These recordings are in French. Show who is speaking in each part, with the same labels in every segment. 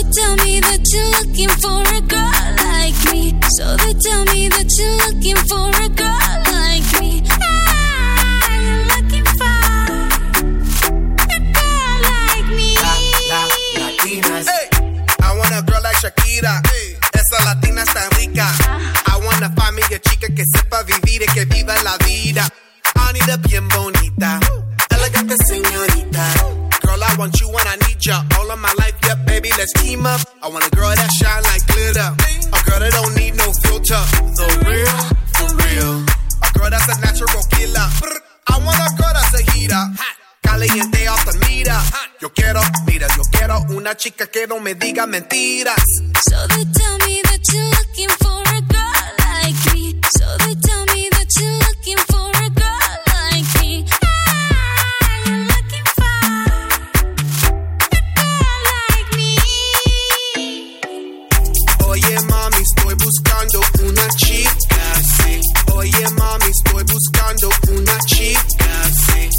Speaker 1: tell me that you're looking for a girl like me. So they tell me that you're looking for a girl like me. I'm looking for a girl like me.
Speaker 2: Latinas. Hey, I want a girl like Shakira. Hey, esa latina está rica. I wanna find me a chica que sepa vivir y que viva la vida. Anita bien bonita, elegante señorita. Girl, I want you when I need ya. All of my life, yeah, baby, let's team up. I want a girl that shine like glitter. A girl that don't need no filter. The real, for real. A girl that's a natural killer. I want a girl that's a heater. Caliente off the meter. Yo quiero una chica que no me diga mentiras.
Speaker 1: So they tell me that you're looking for a girl like me. So they tell me that you're looking for a girl like me. I'm looking for a girl like me.
Speaker 2: Oye mami, estoy buscando una chica, sí. Oye mami, estoy buscando una chica, sí.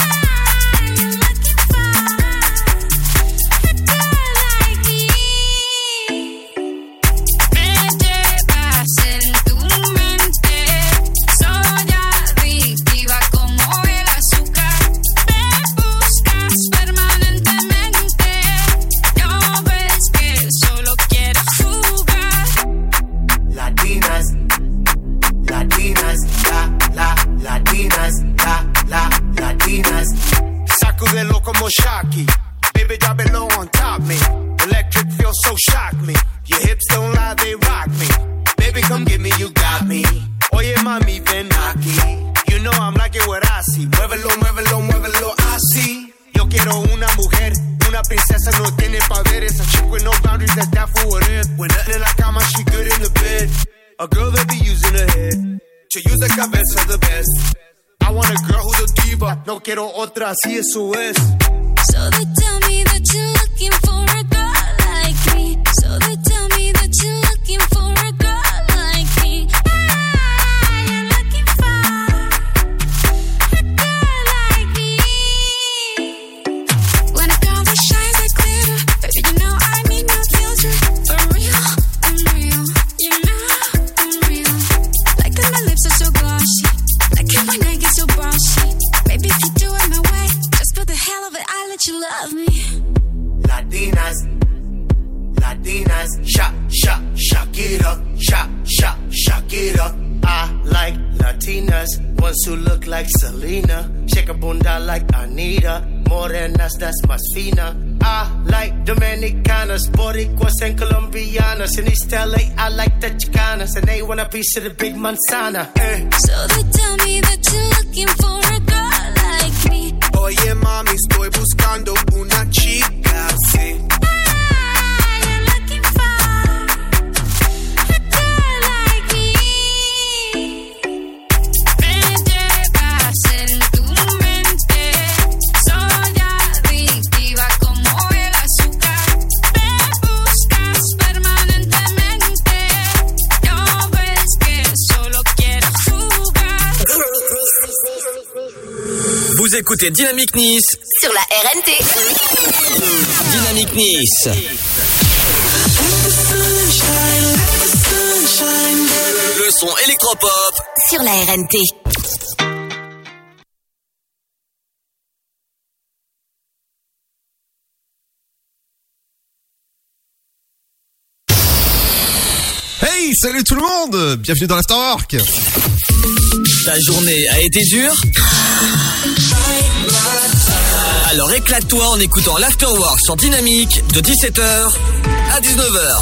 Speaker 2: Sacudelo como Shocky. Baby, drop it low on top me. Electric feels so shock me. Your hips don't lie, they rock me. Baby, come get me, you got me. Oye, mami, ven aquí. You know I'm liking what I see. Muévelo, muévelo, muévelo así. Yo quiero una mujer, una princesa, no tiene poderes. A chick with no boundaries, that's down for what it. When nothing in la cama, she good in the bed. A girl that be using her head to use the cabeza the best. I want a girl who's a diva. No quiero otra, así eso es.
Speaker 1: So they tell me that you're looking for a girl like me. So they tell me that you're looking for a girl like me. I'm looking for a girl like me. When a girl that shines like glitter, baby, you know I need no filter. For real, I'm real. You know I'm real. Like that my lips are so glossy. Like it when I get so bossy. Baby, if you do it my way, just for the hell of it, I let you love me.
Speaker 2: Latinas, Latinas, Shakira, Shakira. I like Latinas, ones who look like Selena. Shake a bunda like Anita. Morenas, that's más fina. I like Dominicanas, Boricuas and Colombianas. In East LA, I like the Chicanas, and they want a piece of the big manzana.
Speaker 1: So they tell me that you're looking for a girl like me.
Speaker 2: Oye mami, estoy buscando una chica, sí.
Speaker 1: I'm looking for a girl like me. Me llevas en tu mente. Soy adictiva como el azúcar. Me buscas permanentemente. No ves que solo quiero jugar.
Speaker 3: Vous écoutez Dynamic Nice
Speaker 4: sur la RNT.
Speaker 3: Dynamic Nice. Le son électropop
Speaker 4: sur la RNT.
Speaker 5: Hey, salut tout le monde. Bienvenue dans l'Afterwork.
Speaker 3: Ta journée a été dure? Alors éclate-toi en écoutant l'Afterwork sur Dynamique de 17h à 19h.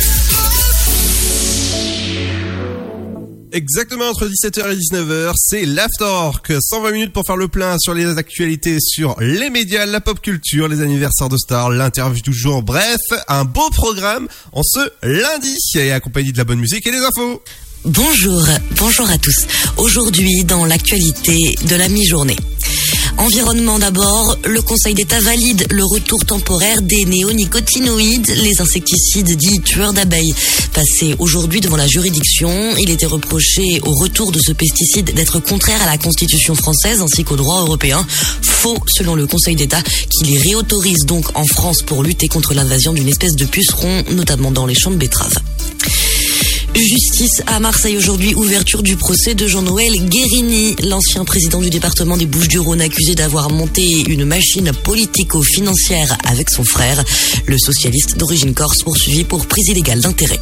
Speaker 5: Exactement, entre 17h et 19h, c'est l'Afterwork. 120 minutes pour faire le plein sur les actualités, sur les médias, la pop culture, les anniversaires de stars, l'interview du jour. Bref, un beau programme en ce lundi, et accompagné de la bonne musique et des infos.
Speaker 4: Bonjour à tous. Aujourd'hui, dans l'actualité de la mi-journée.
Speaker 6: Environnement d'abord, le Conseil d'État valide le retour temporaire des néonicotinoïdes, les insecticides dits tueurs d'abeilles. Passé aujourd'hui devant la juridiction, il était reproché au retour de ce pesticide d'être contraire à la Constitution française ainsi qu'au droit européen. Faux selon le Conseil d'État qui les réautorise donc en France pour lutter contre l'invasion d'une espèce de puceron, notamment dans les champs de betteraves. Justice à Marseille aujourd'hui, ouverture du procès de Jean-Noël Guérini, l'ancien président du département des Bouches-du-Rhône accusé d'avoir monté une machine politico-financière avec son frère, le socialiste d'origine corse poursuivi pour prise illégale d'intérêt.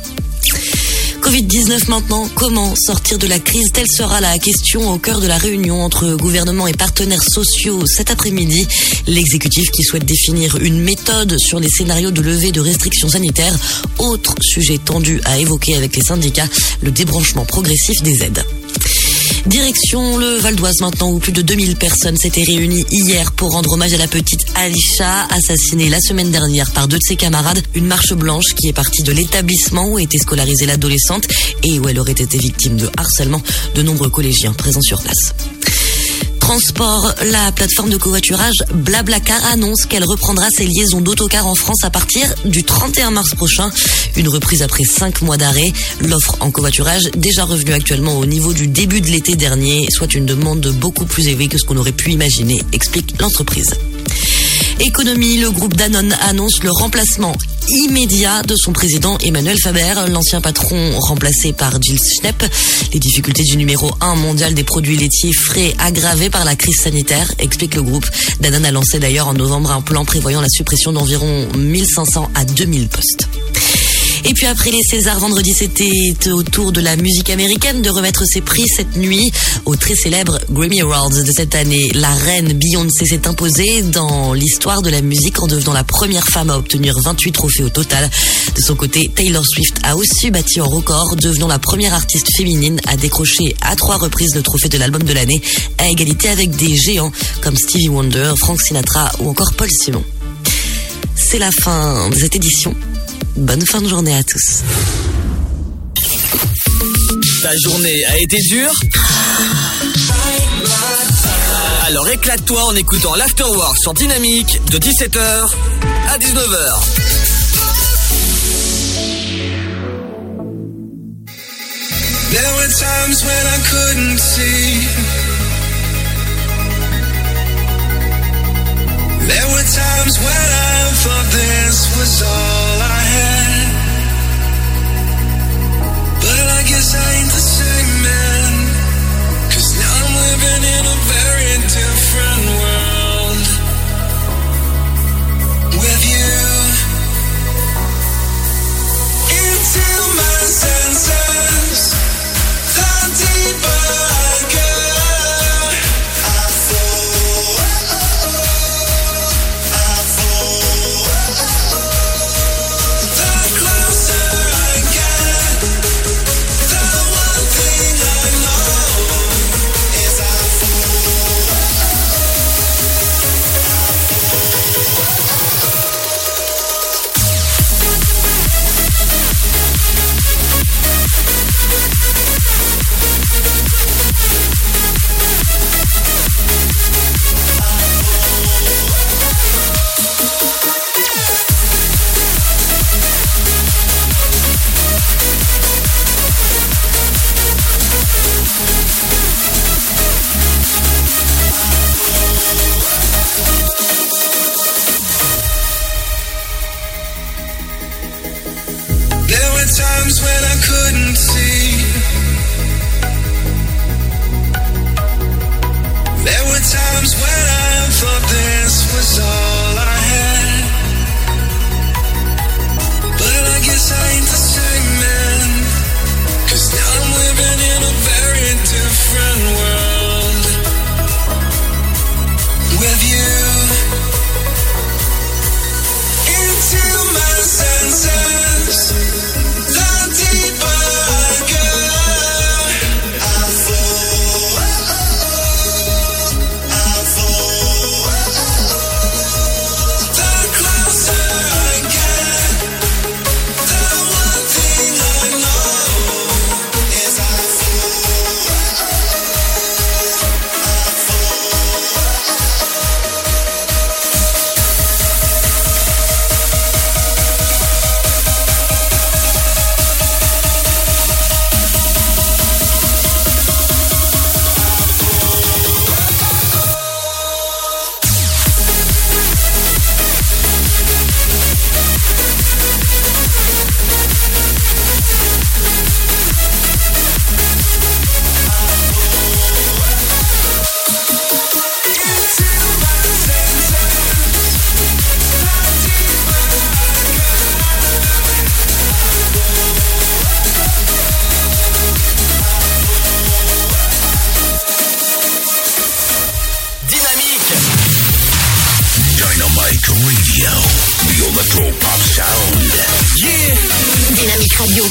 Speaker 6: Covid-19 maintenant, comment sortir de la crise? Telle sera la question au cœur de la réunion entre gouvernement et partenaires sociaux cet après-midi. L'exécutif qui souhaite définir une méthode sur les scénarios de levée de restrictions sanitaires. Autre sujet tendu à évoquer avec les syndicats, le débranchement progressif des aides. Direction le Val d'Oise maintenant, où plus de 2000 personnes s'étaient réunies hier pour rendre hommage à la petite Alisha, assassinée la semaine dernière par 2 de ses camarades. Une marche blanche qui est partie de l'établissement où était scolarisée l'adolescente et où elle aurait été victime de harcèlement. De nombreux collégiens présents sur place. Transport, la plateforme de covoiturage Blablacar annonce qu'elle reprendra ses liaisons d'autocars en France à partir du 31 mars prochain. Une reprise après 5 mois d'arrêt. L'offre en covoiturage, déjà revenue actuellement au niveau du début de l'été dernier, soit une demande beaucoup plus élevée que ce qu'on aurait pu imaginer, explique l'entreprise. Économie, le groupe Danone annonce le remplacement immédiat de son président Emmanuel Faber, l'ancien patron remplacé par Gilles Schnepp. Les difficultés du numéro 1 mondial des produits laitiers frais aggravées par la crise sanitaire, explique le groupe. Danone a lancé d'ailleurs en novembre un plan prévoyant la suppression d'environ 1500 à 2000 postes. Et puis après les Césars vendredi, c'était au tour de la musique américaine de remettre ses prix cette nuit au très célèbre Grammy Awards de cette année. La reine Beyoncé s'est imposée dans l'histoire de la musique en devenant la première femme à obtenir 28 trophées au total. De son côté, Taylor Swift a aussi battu un record, devenant la première artiste féminine à décrocher à 3 reprises le trophée de l'album de l'année, à égalité avec des géants comme Stevie Wonder, Frank Sinatra ou encore Paul Simon. C'est la fin de cette édition. Bonne fin de journée à tous.
Speaker 3: Ta journée a été dure? Alors éclate-toi en écoutant l'Afterwork sur Dynamique de 17h à 19h.
Speaker 7: There were times when I couldn't see. There were times when I thought this was all I had. But I guess I ain't the same man, 'cause now I'm living in a very different world with you. Into my senses, the deeper I go, I fall, I fall.
Speaker 8: the electro pop sound.
Speaker 3: Yeah.
Speaker 4: Dynamique Radio.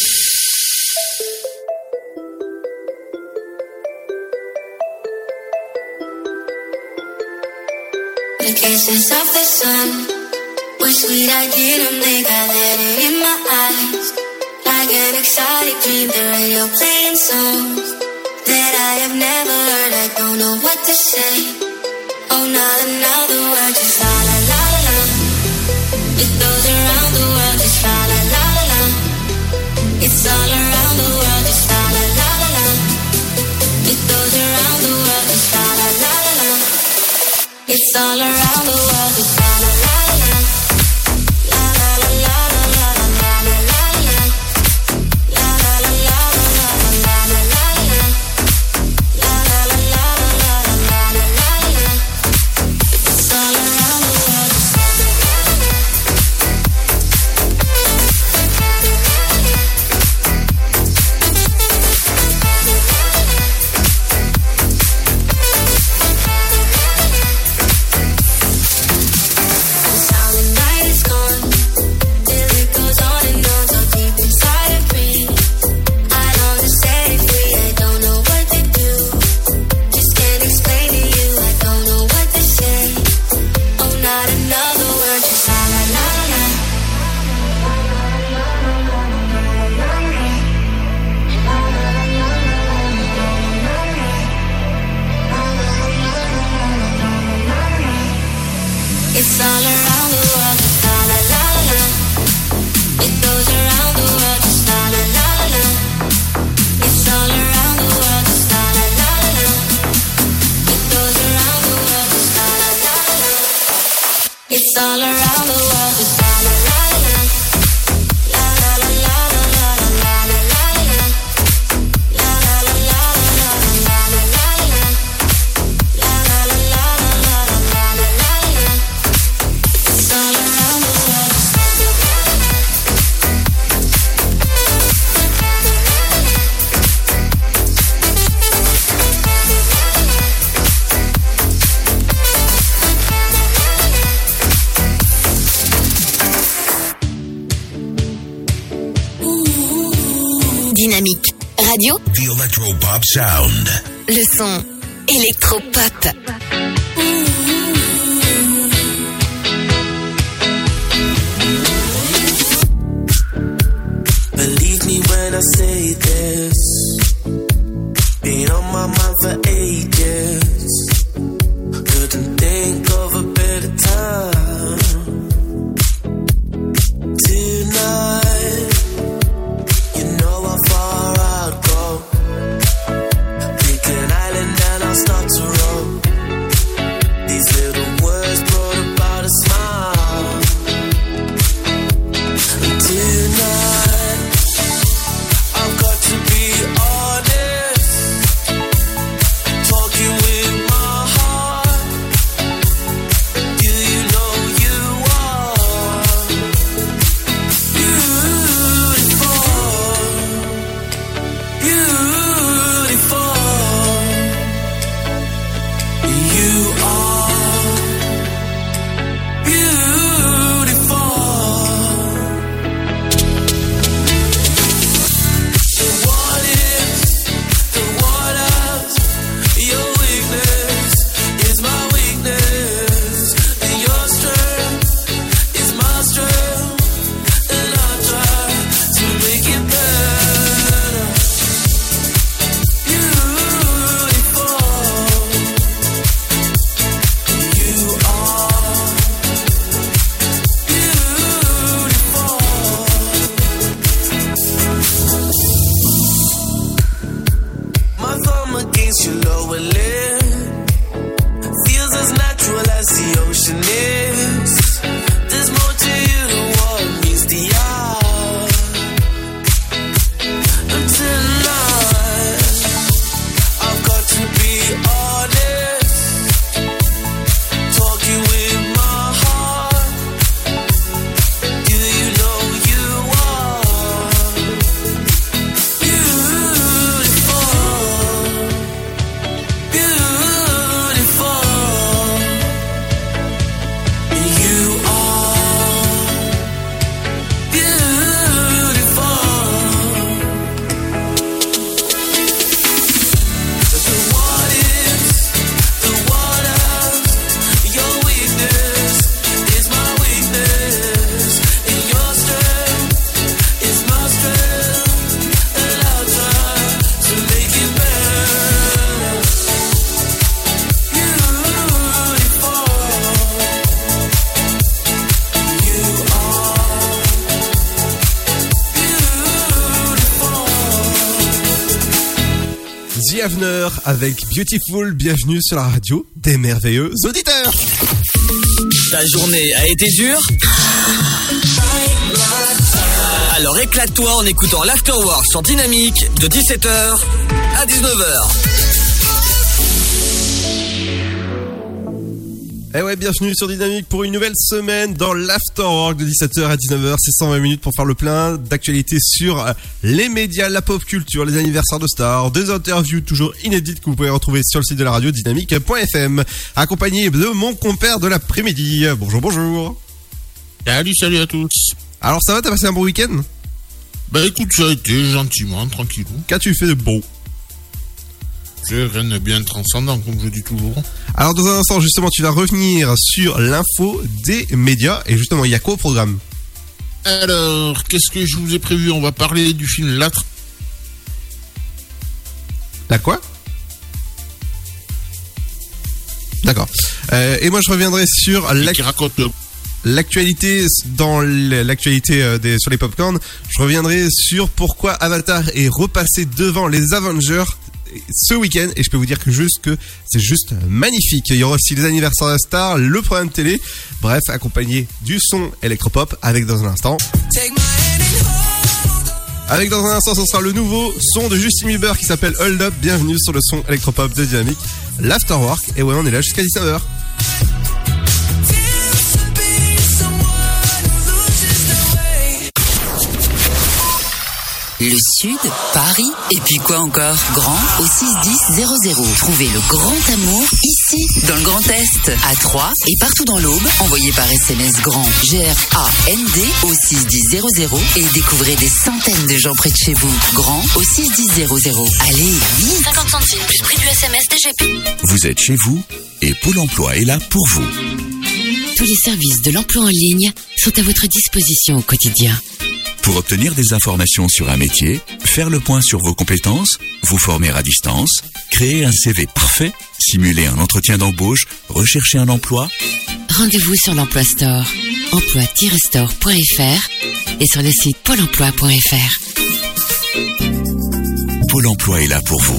Speaker 1: The kisses of the sun were sweet, I didn't think I let it in my eyes. Like an exotic dream, the radio playing songs that I have never heard. I don't know what to say. Oh, not another word, just la la la la la. It goes around the world, just la la la la la. It's all around the world, just la la la la la. It goes around the world, just la la la la la. It's all around the world, just la la la la la. La la la la la la la la la la. La la la la la la la la la la. La la la la la la la la la. It's all around the world, just la la la la la. The silent night is gone, till it goes on and on, so deep inside of me. I long to set it free, I don't know what to do. Just can't explain to you, I don't know what to say. Oh, not another word, just la la la la la. It's all around the world, just la la la la la. It goes around the world, just la la la la la. It's all around the world, just la la la la la. It goes around the world, just la la la la la. It's all around the world, just la la la la la. La la la la la la la la la la. La la la la la la la la la la. La la la la la la la la la. It's all around the world, just la la la la la.
Speaker 4: Dynamique Radio.
Speaker 8: The electro pop sound.
Speaker 4: Le son électropop.
Speaker 9: Believe me when I say this. Been on my mind for ages. Couldn't think of a better time. Tonight, you know how far I'd go. Pick an island and I'll start to roll.
Speaker 5: Havner avec Beautiful. Bienvenue sur la radio des merveilleux auditeurs.
Speaker 3: Ta journée a été dure? Alors éclate-toi en écoutant l'Afterwork sur Dynamique de 17h à 19h.
Speaker 5: Eh ouais, bienvenue sur Dynamique pour une nouvelle semaine dans l'Afterwork de 17h à 19h. C'est 120 minutes pour faire le plein d'actualités sur les médias, la pop culture, les anniversaires de stars, des interviews toujours inédites que vous pouvez retrouver sur le site de la radio dynamique.fm. Accompagné de mon compère de l'après-midi. Bonjour, bonjour.
Speaker 10: Salut à tous.
Speaker 5: Alors ça va, t'as passé un bon week-end?
Speaker 10: Bah écoute, ça a été gentiment, tranquillou.
Speaker 5: Qu'as-tu fait de beau?
Speaker 10: J'ai rien de bien transcendant, comme je dis toujours.
Speaker 5: Alors dans un instant, justement, tu vas revenir sur l'info des médias. Et justement, il y a quoi au programme?
Speaker 10: Alors, qu'est-ce que je vous ai prévu? On va parler du film
Speaker 5: La quoi? D'accord. Et moi, je reviendrai sur l'actualité dans l'actualité sur les popcorn. Je reviendrai sur pourquoi Avatar est repassé devant les Avengers ce week-end, et je peux vous dire que c'est juste magnifique. Il y aura aussi les anniversaires de stars, le programme télé, bref, accompagné du son électropop avec dans un instant, ce sera le nouveau son de Justin Bieber qui s'appelle Hold Up. Bienvenue sur le son électropop de Dynamique, l'Afterwork, et ouais, on est là jusqu'à 19h.
Speaker 11: Le Sud, Paris, et puis quoi encore? Grand au 61000. Trouvez le grand amour ici, dans le Grand Est, à Troyes et partout dans l'Aube. Envoyez par SMS GRAND, G-R-A-N-D au 61000 et découvrez des centaines de gens près de chez vous. Grand au 61000. Allez, vite!
Speaker 4: 50 centimes plus prix du SMS DGP.
Speaker 8: Vous êtes chez vous et Pôle emploi est là pour vous.
Speaker 4: Tous les services de l'emploi en ligne sont à votre disposition au quotidien.
Speaker 8: Pour obtenir des informations sur un métier, faire le point sur vos compétences, vous former à distance, créer un CV parfait, simuler un entretien d'embauche, rechercher un emploi.
Speaker 4: Rendez-vous sur l'Emploi Store, emploi-store.fr et sur le site pôle emploi.fr.
Speaker 8: Pôle emploi est là pour vous.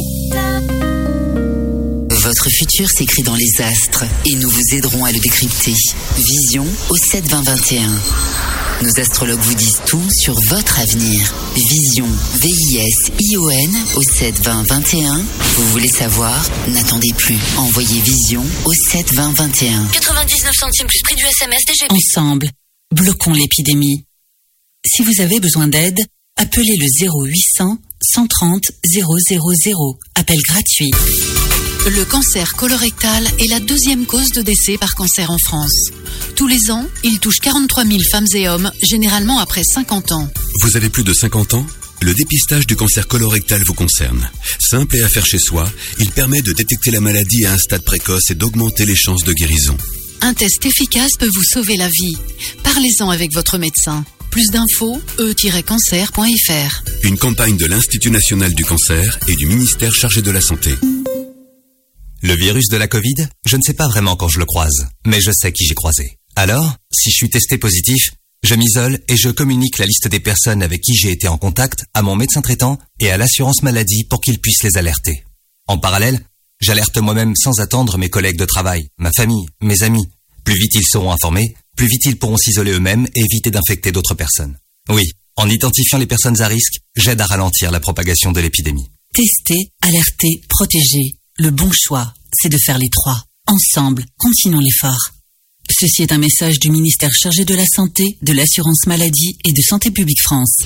Speaker 11: Votre futur s'écrit dans les astres et nous vous aiderons à le décrypter. Vision au 7-20-21. Nos astrologues vous disent tout sur votre avenir. Vision, V-I-S-I-O-N au 7-20-21. Vous voulez savoir? N'attendez plus. Envoyez Vision au 7-20-21.
Speaker 4: 99 centimes plus prix du SMS DGP.
Speaker 12: Ensemble, bloquons l'épidémie. Si vous avez besoin d'aide, appelez le 0800 130 000. Appel gratuit.
Speaker 13: Le cancer colorectal est la deuxième cause de décès par cancer en France. Tous les ans, il touche 43 000 femmes et hommes, généralement après 50 ans.
Speaker 14: Vous avez plus de 50 ans? Le dépistage du cancer colorectal vous concerne. Simple et à faire chez soi, il permet de détecter la maladie à un stade précoce et d'augmenter les chances de guérison.
Speaker 13: Un test efficace peut vous sauver la vie. Parlez-en avec votre médecin. Plus d'infos, e-cancer.fr.
Speaker 14: Une campagne de l'Institut national du cancer et du ministère chargé de la santé.
Speaker 15: Le virus de la Covid, je ne sais pas vraiment quand je le croise, mais je sais qui j'ai croisé. Alors, si je suis testé positif, je m'isole et je communique la liste des personnes avec qui j'ai été en contact à mon médecin traitant et à l'assurance maladie pour qu'ils puissent les alerter. En parallèle, j'alerte moi-même sans attendre mes collègues de travail, ma famille, mes amis. Plus vite ils seront informés, plus vite ils pourront s'isoler eux-mêmes et éviter d'infecter d'autres personnes. Oui, en identifiant les personnes à risque, j'aide à ralentir la propagation de l'épidémie.
Speaker 12: Tester, alerter, protéger. Le bon choix, c'est de faire les trois. Ensemble, continuons l'effort. Ceci est un message du ministère chargé de la Santé, de l'Assurance Maladie et de Santé Publique France.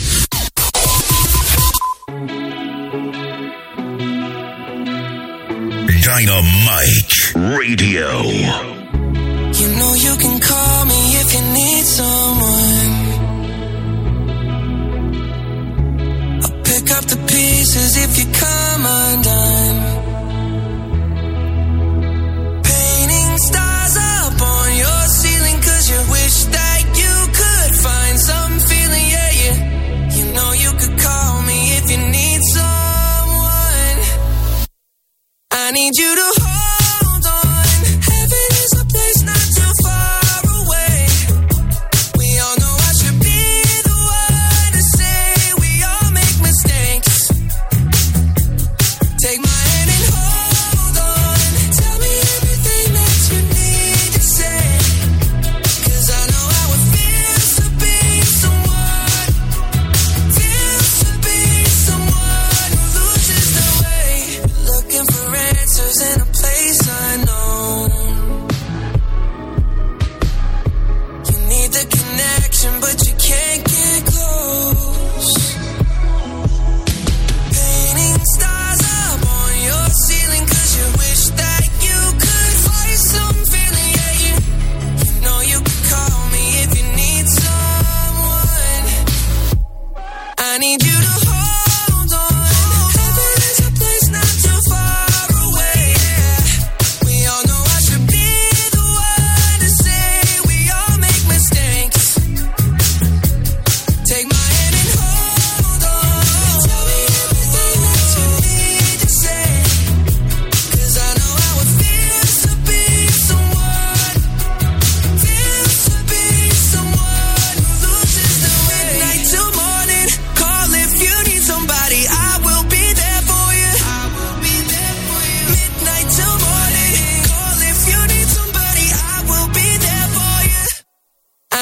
Speaker 8: Dynamite Radio.
Speaker 9: You know you can call me if you need someone. I'll pick up the pieces if you come undone. Painting stars up on your ceiling 'cause you wish that you could find some feeling, yeah. You know you could call me if you need someone. I need you to hold on. Heaven is a place not too far away.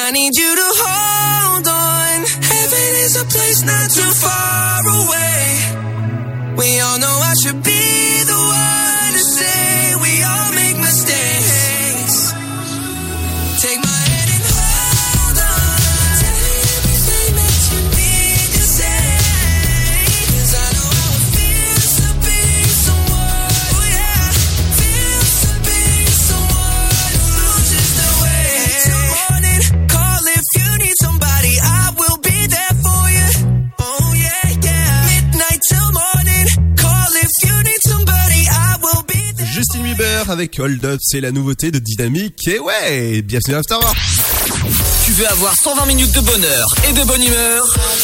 Speaker 7: I need you to hold on. Heaven is a place not too far away. We all know I should be the one to say we all make mistakes. Take my hand and hold on. Tell me everything that you need to say. 'Cause I know how it feels to be someone, oh yeah, feels to be someone who loses their way. Till morning, call if you need somebody, I will be there for you. Oh yeah, yeah. Midnight till morning, call if you need somebody, I will be there.
Speaker 5: Justin Bieber avec Hold Up, c'est la nouveauté de Dynamique. Et ouais, bienvenue à l'Afterwork.
Speaker 3: Tu veux avoir 120 minutes de bonheur et de bonne humeur?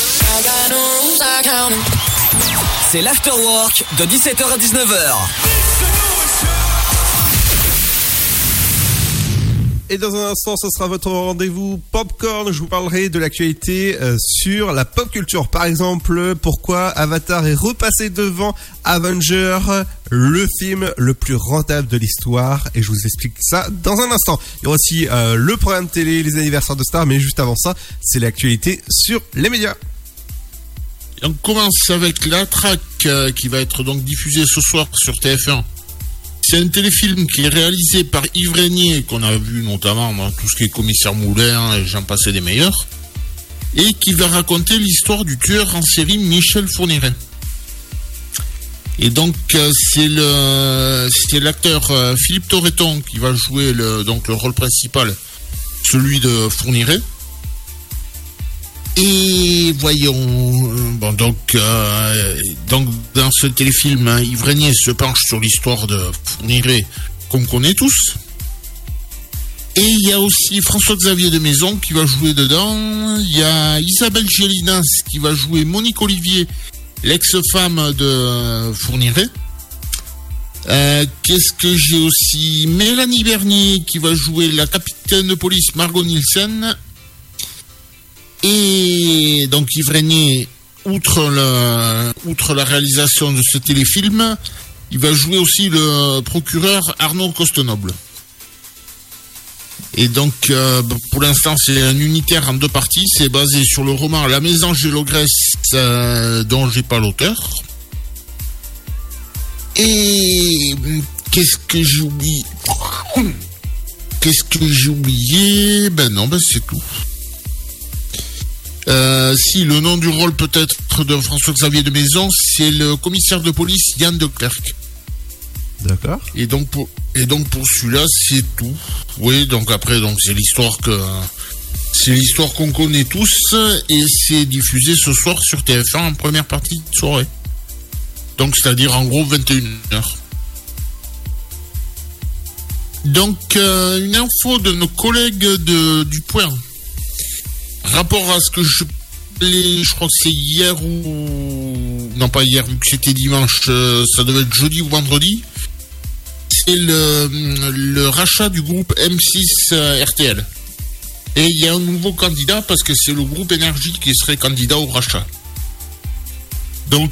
Speaker 3: C'est l'Afterwork de 17h à 19h.
Speaker 5: Et dans un instant, ce sera votre rendez-vous Popcorn. Je vous parlerai de l'actualité sur la pop culture. Par exemple, pourquoi Avatar est repassé devant Avenger, le film le plus rentable de l'histoire. Et je vous explique ça dans un instant. Il y aura aussi le programme télé, les anniversaires de stars. Mais juste avant ça, c'est l'actualité sur les médias.
Speaker 10: Et on commence avec La Traque qui va être donc diffusée ce soir sur TF1. C'est un téléfilm qui est réalisé par Yves Régnier, qu'on a vu notamment dans tout ce qui est Commissaire Moulin et j'en passais des meilleurs, et qui va raconter l'histoire du tueur en série Michel Fourniret. Et donc c'est l'acteur Philippe Torreton qui va jouer le rôle principal, celui de Fourniret. Et voyons, donc dans ce téléfilm, Yves Régnier se penche sur l'histoire de Fourniret qu'on connaît tous. Et il y a aussi François-Xavier de Maison qui va jouer dedans. Il y a Isabelle Gélinas qui va jouer Monique Olivier, l'ex-femme de Fourniret. Qu'est-ce que j'ai aussi? Mélanie Bernier qui va jouer la capitaine de police Margot Nielsen. Et donc Yves Régnier, outre la réalisation de ce téléfilm, il va jouer aussi le procureur Arnaud Costenoble. Et donc pour l'instant c'est un unitaire en 2 parties, c'est basé sur le roman La Mésange et l'Ogresse dont j'ai pas l'auteur. Et qu'est-ce que j'ai oublié? Ben non, c'est tout. Si, le nom du rôle peut-être de François-Xavier de Maison, c'est le commissaire de police Yann de Clercq.
Speaker 5: D'accord.
Speaker 10: Et donc pour celui-là, c'est tout. Oui, donc après, c'est l'histoire qu'on connaît tous, et c'est diffusé ce soir sur TF1 en première partie de soirée. Donc c'est-à-dire en gros 21h. Donc une info de nos collègues du Point. Rapport à ce que je crois que c'est hier ou... Non, pas hier, vu que c'était dimanche, ça devait être jeudi ou vendredi. C'est le rachat du groupe M6 RTL. Et il y a un nouveau candidat parce que c'est le groupe Énergie qui serait candidat au rachat. Donc,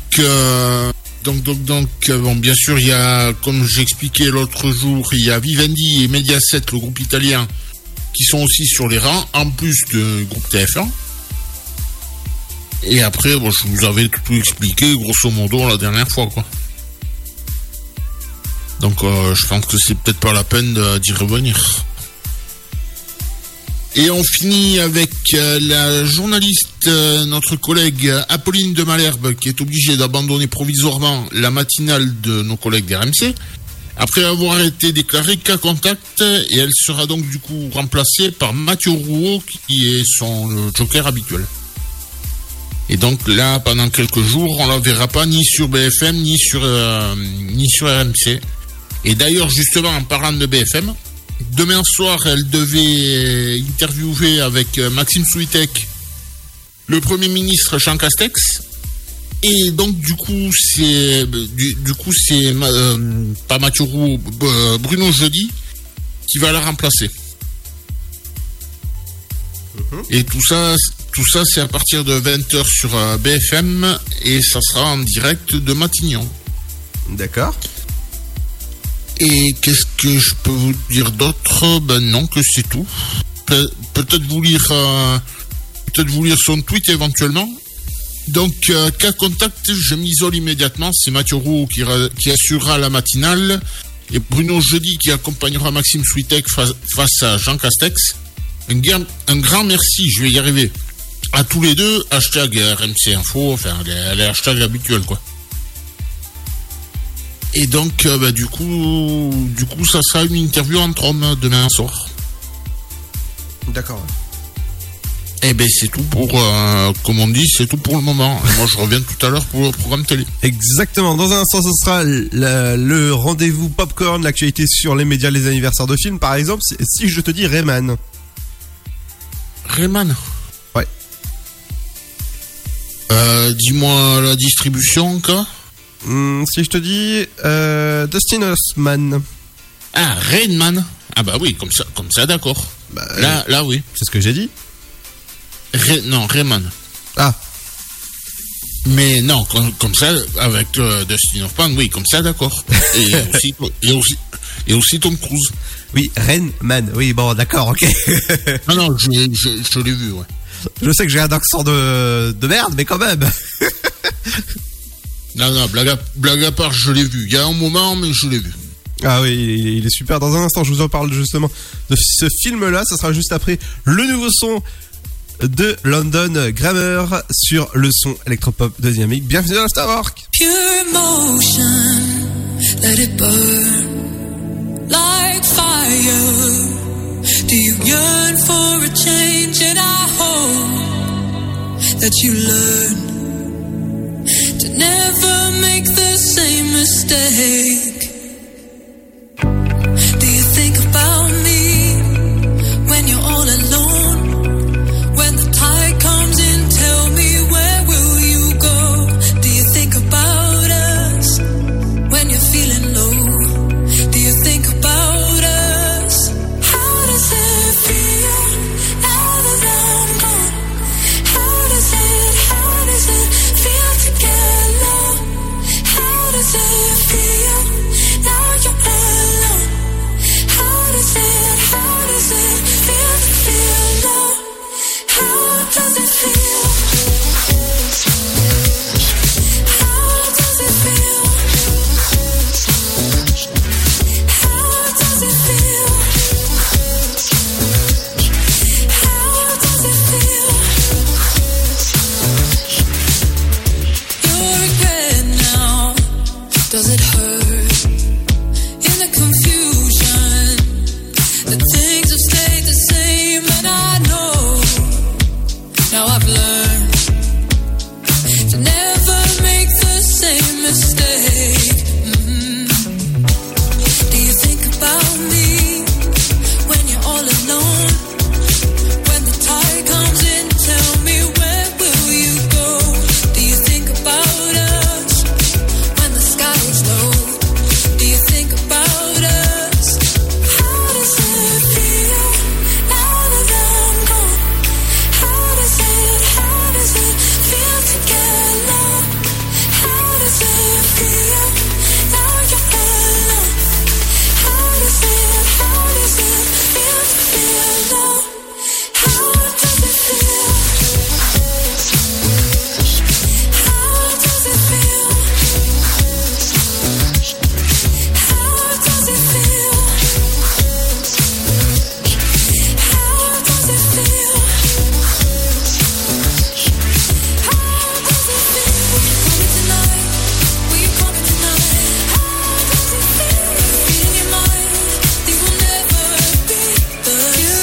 Speaker 10: bien sûr, il y a, comme j'expliquais l'autre jour, il y a Vivendi et Mediaset, le groupe italien, qui sont aussi sur les rangs, en plus du groupe TF1. Et après, je vous avais tout expliqué, grosso modo, la dernière fois, quoi. Donc, je pense que c'est peut-être pas la peine d'y revenir. Et on finit avec la journaliste, notre collègue Apolline de Malherbe, qui est obligée d'abandonner provisoirement la matinale de nos collègues d'RMC, après avoir été déclarée cas contact, et elle sera donc du coup remplacée par Mathieu Rouault, qui est son joker habituel. Et donc là, pendant quelques jours, on la verra pas ni sur BFM, ni sur RMC. Et d'ailleurs, justement, en parlant de BFM, demain soir, elle devait interviewer avec Maxime Souitek le Premier ministre Jean Castex. Et donc du coup c'est pas Mathieu Roux, Bruno Jeudi qui va la remplacer. Et tout ça c'est à partir de 20h sur BFM et ça sera en direct de Matignon.
Speaker 5: D'accord.
Speaker 10: Et qu'est-ce que je peux vous dire d'autre? Ben non, que c'est tout. peut-être vous lire son tweet éventuellement. Donc, cas contact, je m'isole immédiatement. C'est Mathieu Roux qui assurera la matinale. Et Bruno Jeudi qui accompagnera Maxime Switek face à Jean Castex. Un grand merci, je vais y arriver, à tous les deux. Hashtag RMC Info, enfin les hashtags habituels, quoi. Et donc, du coup, ça sera une interview entre hommes demain soir.
Speaker 5: D'accord.
Speaker 10: Eh ben, c'est tout pour, comme on dit, c'est tout pour le moment. Et moi, je reviens tout à l'heure pour le programme télé.
Speaker 5: Exactement. Dans un instant, ce sera le rendez-vous popcorn, l'actualité sur les médias, les anniversaires de films, par exemple. Si je te dis Rayman.
Speaker 10: Rayman?
Speaker 5: Ouais.
Speaker 10: Dis-moi la distribution, quoi.
Speaker 5: Si je te dis Dustin Hoffman.
Speaker 10: Ah, Rayman. Ah bah oui, comme ça, d'accord.
Speaker 5: Bah,
Speaker 10: là, oui.
Speaker 5: C'est ce que j'ai dit.
Speaker 10: Non, Rayman.
Speaker 5: Ah.
Speaker 10: Mais non, comme ça, avec Dustin Hoffman, oui, comme ça, d'accord. Et aussi Tom Cruise.
Speaker 5: Oui, Rayman. Oui, bon, d'accord, ok.
Speaker 10: Non, je l'ai vu, ouais.
Speaker 5: Je sais que j'ai un accent de merde, mais quand même.
Speaker 10: Non, blague à part, je l'ai vu. Il y a un moment, mais je l'ai vu.
Speaker 5: Ah oui, il est super. Dans un instant, je vous en parle justement de ce film-là. Ça sera juste après le nouveau son de London Grammar sur le son électropop de Dynamique. Bienvenue dans l'Afterwork.
Speaker 1: Pure emotion, let it burn like fire. Do you yearn for a change? And I hope that you learn to never make the same mistake. Do you think about me when you're all alone? When the tide comes in, tell me, where will you go? Do you think about us when you're feeling low? Do you think about us? How does it feel now that I'm gone? How does it feel to get low? How does it feel now you're alone? How does it feel to feel low? How does it feel? How does it feel? How does it feel? How does it feel? Your regret now, does it hurt? In the confusion, the things have stayed the same, and I know now I've learned to never make the same mistake. Do you think about me when you're all alone? When the tide comes in, tell me, where will you go? Do you think about us when the sky is low? Do you think about us? How does it feel now that I'm gone? How does it feel to get low? How does it feel now you're alone? How does it feel to feel low? How does it feel? How does it feel? How does it feel? How does it feel? How does it feel? Coming tonight, will you come tonight? How does it feel? Beat in your mind, things will never be the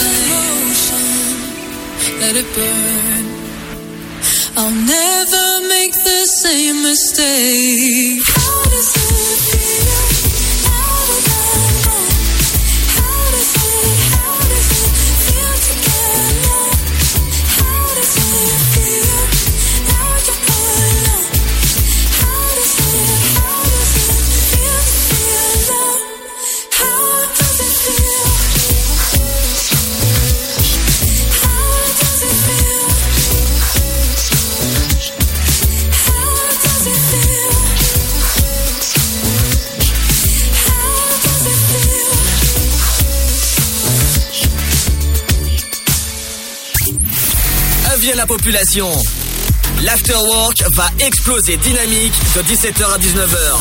Speaker 1: same. Let it burn. I'll never make the same mistake. How does it feel now that I'm gone? How does it feel to get low? How does it feel now you're alone? How does it feel to feel low? How does it feel? How does it feel? How does it feel?
Speaker 3: Avis à la population. L'afterwork va exploser dynamique de 17h à 19h.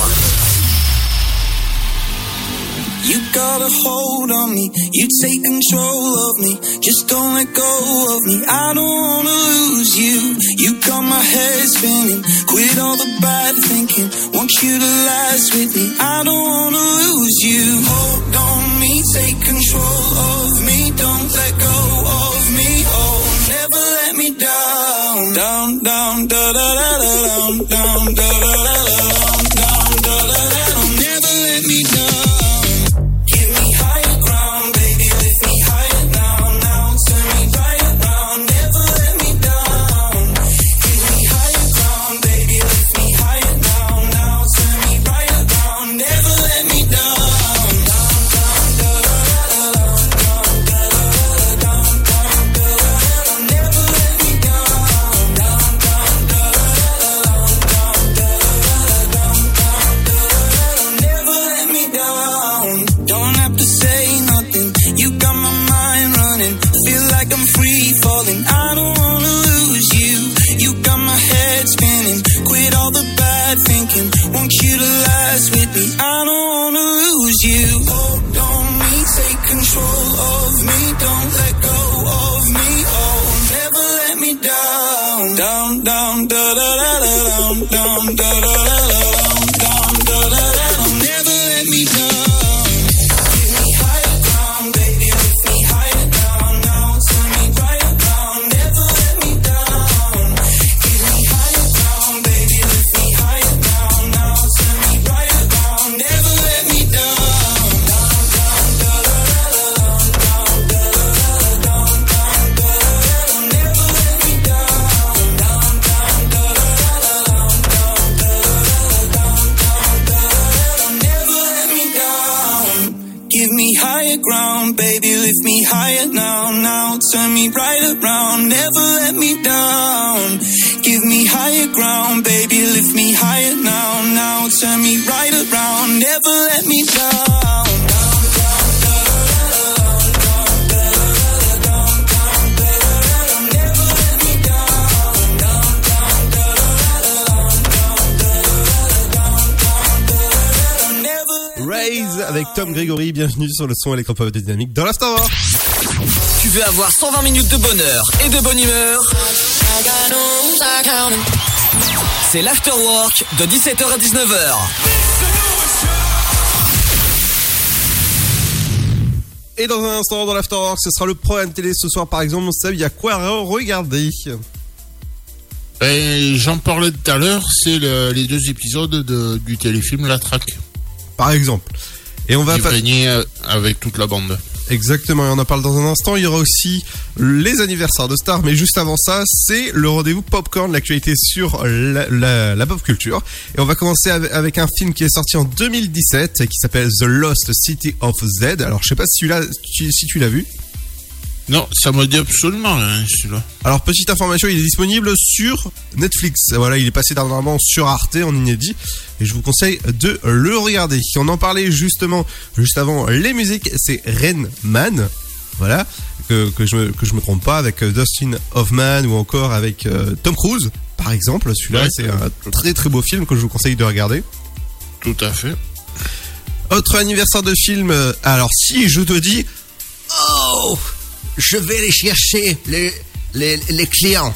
Speaker 7: You got a hold on me, you take control of me, just don't let go of me, I don't wanna lose you. You got my head spinning, quit all the bad thinking, want you to last with me, I don't wanna lose you. Hold on me, take control of me, don't let go of me, oh, never let me down. Down, down, da da da da down, down, da da da da down, down, da da da da, never let me down. Want you to last with me, I don't wanna lose you. Hold on me, take control of me, don't let go of me, oh, never let me down. Down, down, da da da da down, down, da da da da down, down, da da da da, never let me down. Give me higher ground, baby, lift me higher down now, turn me right around, never let me down. Give me higher ground, baby, lift me higher down now, turn me right around, never let me down. Down, down, da da da da down, down, da da da da down, down, da da da da, never let me down. Down, down, da da da da down, down, da da da da down, down, da da da da, never let me down. Give me higher ground, baby, lift me higher now, now, turn me right around, never let me down. Give me higher ground, baby, lift me higher now, now, turn me right around, never let me down. Down, down, da da da da down, down, da da da da down, down, da da da da, never let me down. Down, down, da da da da down, down, da da da da down, down, da da da da, never let me down.
Speaker 5: Raise avec Tom Gregory, bienvenue sur le son électropop de Dynamique dans l'Afterwork.
Speaker 3: Tu veux avoir 120 minutes de bonheur et de bonne humeur? C'est l'Afterwork de 17h à 19h.
Speaker 5: Et dans un instant dans l'Afterwork, ce sera le programme télé ce soir par exemple. Seb, il y a quoi à regarder?
Speaker 10: J'en parlais tout à l'heure, c'est les 2 épisodes du téléfilm La Traque.
Speaker 5: Par exemple. Et on va
Speaker 10: régner avec toute la bande.
Speaker 5: Exactement, et on en parle dans un instant. Il y aura aussi les anniversaires de stars, mais juste avant ça, c'est le rendez-vous Popcorn, l'actualité sur la pop culture. Et on va commencer avec un film qui est sorti en 2017 qui s'appelle The Lost City of Z. Alors je sais pas si tu l'as vu.
Speaker 10: Non, ça me dit absolument rien, celui-là.
Speaker 5: Alors, petite information, il est disponible sur Netflix. Voilà, il est passé dernièrement sur Arte en inédit. Et je vous conseille de le regarder. On en parlait justement, juste avant les musiques, c'est Rain Man. Voilà, que je me trompe pas, avec Dustin Hoffman ou encore avec Tom Cruise, par exemple. Celui-là, ouais, c'est un très très beau film que je vous conseille de regarder.
Speaker 10: Tout à fait.
Speaker 5: Autre anniversaire de film. Alors, si je te dis... Oh, je vais aller chercher les clients.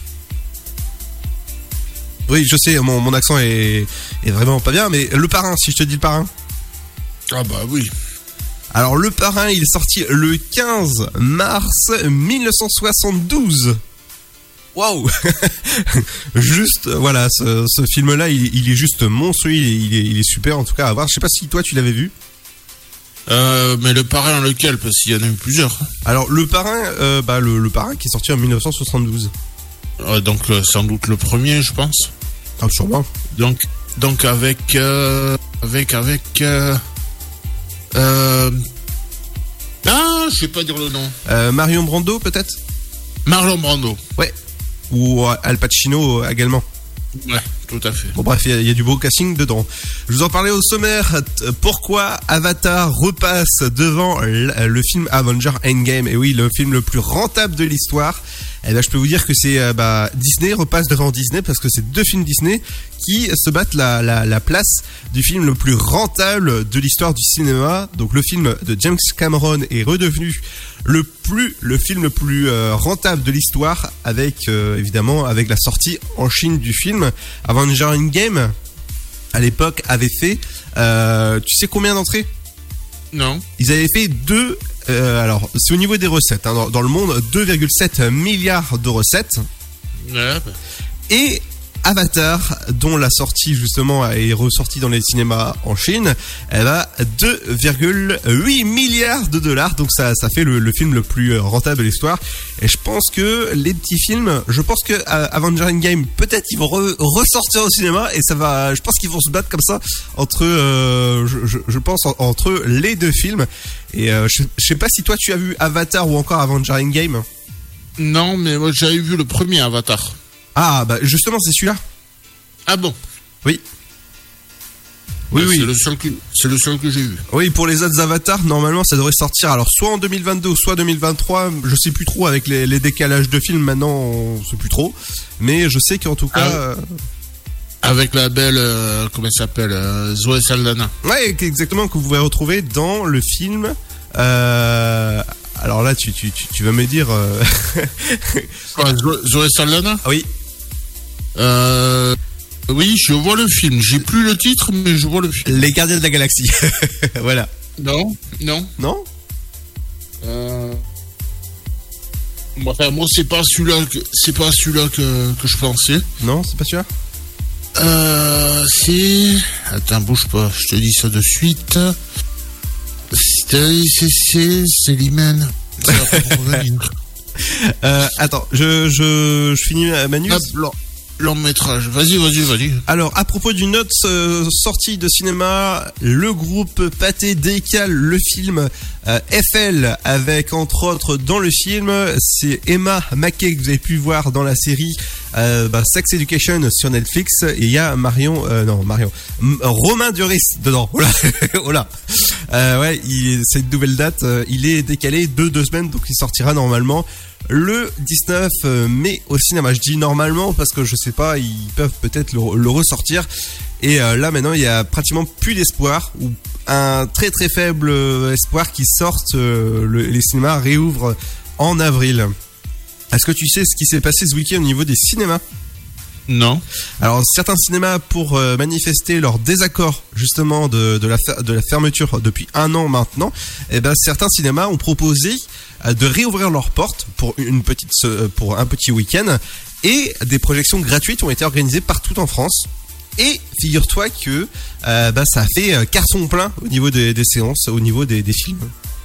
Speaker 5: Oui, je sais, mon accent est vraiment pas bien, mais Le Parrain, si je te dis Le Parrain.
Speaker 10: Ah bah oui.
Speaker 5: Alors, Le Parrain, il est sorti le 15 mars 1972. Waouh. Juste, voilà, ce film-là, il est juste monstrueux, il est super, en tout cas, à voir. Je sais pas si toi, tu l'avais vu.
Speaker 10: Mais Le Parrain, lequel? Parce qu'il y en a eu plusieurs.
Speaker 5: Alors, Le Parrain, le Parrain qui est sorti en 1972.
Speaker 10: Donc, sans doute le premier, je pense.
Speaker 5: Ah, sûrement.
Speaker 10: Donc avec je sais pas dire le nom.
Speaker 5: Marion Brando, peut-être?
Speaker 10: Marlon Brando.
Speaker 5: Ouais. Ou Al Pacino également.
Speaker 10: Ouais, Tout à fait.
Speaker 5: Bon bref, il y a du beau casting dedans. Je vous en parlais au sommaire. Pourquoi Avatar repasse devant le film Avenger Endgame? Et oui, le film le plus rentable de l'histoire. Eh ben, je peux vous dire que c'est Disney repasse devant Disney parce que c'est deux films Disney qui se battent la place du film le plus rentable de l'histoire du cinéma. Donc le film de James Cameron est redevenu le film le plus rentable de l'histoire avec évidemment avec la sortie en Chine du film. Avenger Endgame à l'époque avait fait tu sais combien d'entrées?
Speaker 10: Non.
Speaker 5: Ils avaient fait alors c'est au niveau des recettes hein, dans le monde 2,7 milliards de recettes.
Speaker 10: Ouais.
Speaker 5: Et Avatar, dont la sortie justement est ressortie dans les cinémas en Chine, elle a 2,8 milliards de dollars. Donc ça fait le film le plus rentable de l'histoire. Et je pense que les petits films, je pense que Avenger Endgame, peut-être ils vont ressortir au cinéma et je pense qu'ils vont se battre comme ça entre, je pense entre les deux films. Et je sais pas si toi tu as vu Avatar ou encore Avenger Endgame.
Speaker 10: Non, mais moi j'avais vu le premier Avatar.
Speaker 5: Ah bah justement c'est celui-là.
Speaker 10: Ah bon?
Speaker 5: Oui. Oui.
Speaker 10: C'est le seul que j'ai vu.
Speaker 5: Oui, pour les autres avatars, normalement ça devrait sortir alors soit en 2022 ou soit 2023, je sais plus trop avec les décalages de films maintenant, on sait plus trop. Mais je sais qu'en tout cas
Speaker 10: avec la belle comment elle s'appelle, Zoé Saldana.
Speaker 5: Ouais, exactement, que vous pouvez retrouver dans le film alors là tu vas me dire
Speaker 10: Zoé Saldana?
Speaker 5: Oui.
Speaker 10: Oui, je vois le film. J'ai plus le titre, mais je vois le film.
Speaker 5: Les Gardiens de la Galaxie. Voilà.
Speaker 10: Non. Enfin, moi, c'est pas celui-là que je pensais.
Speaker 5: Non, c'est pas celui-là.
Speaker 10: C'est. Attends, bouge pas. Je te dis ça de suite. C'est l'Imen.
Speaker 5: Attends, je finis ma news.
Speaker 10: Long métrage, vas-y.
Speaker 5: Alors, à propos d'une autre sortie de cinéma, le groupe Pathé décale le film FL avec entre autres dans le film, c'est Emma Mackey que vous avez pu voir dans la série Sex Education sur Netflix, et il y a Romain Duris dedans. Voilà. Ouais, c'est une nouvelle date, il est décalé de 2 semaines, donc il sortira normalement le 19 mai au cinéma. Je dis normalement parce que je sais pas, ils peuvent peut-être le ressortir. Et là maintenant il y a pratiquement plus d'espoir, ou un très très faible espoir qui sortent. Les cinémas réouvrent en avril. Est-ce que tu sais ce qui s'est passé ce week-end au niveau des cinémas?
Speaker 10: Non. Alors
Speaker 5: certains cinémas, pour manifester leur désaccord justement de la fermeture depuis 1 an maintenant, certains cinémas ont proposé de réouvrir leurs portes pour un petit week-end, et des projections gratuites ont été organisées partout en France. Et figure-toi que ça a fait carton plein au niveau des séances, au niveau des films.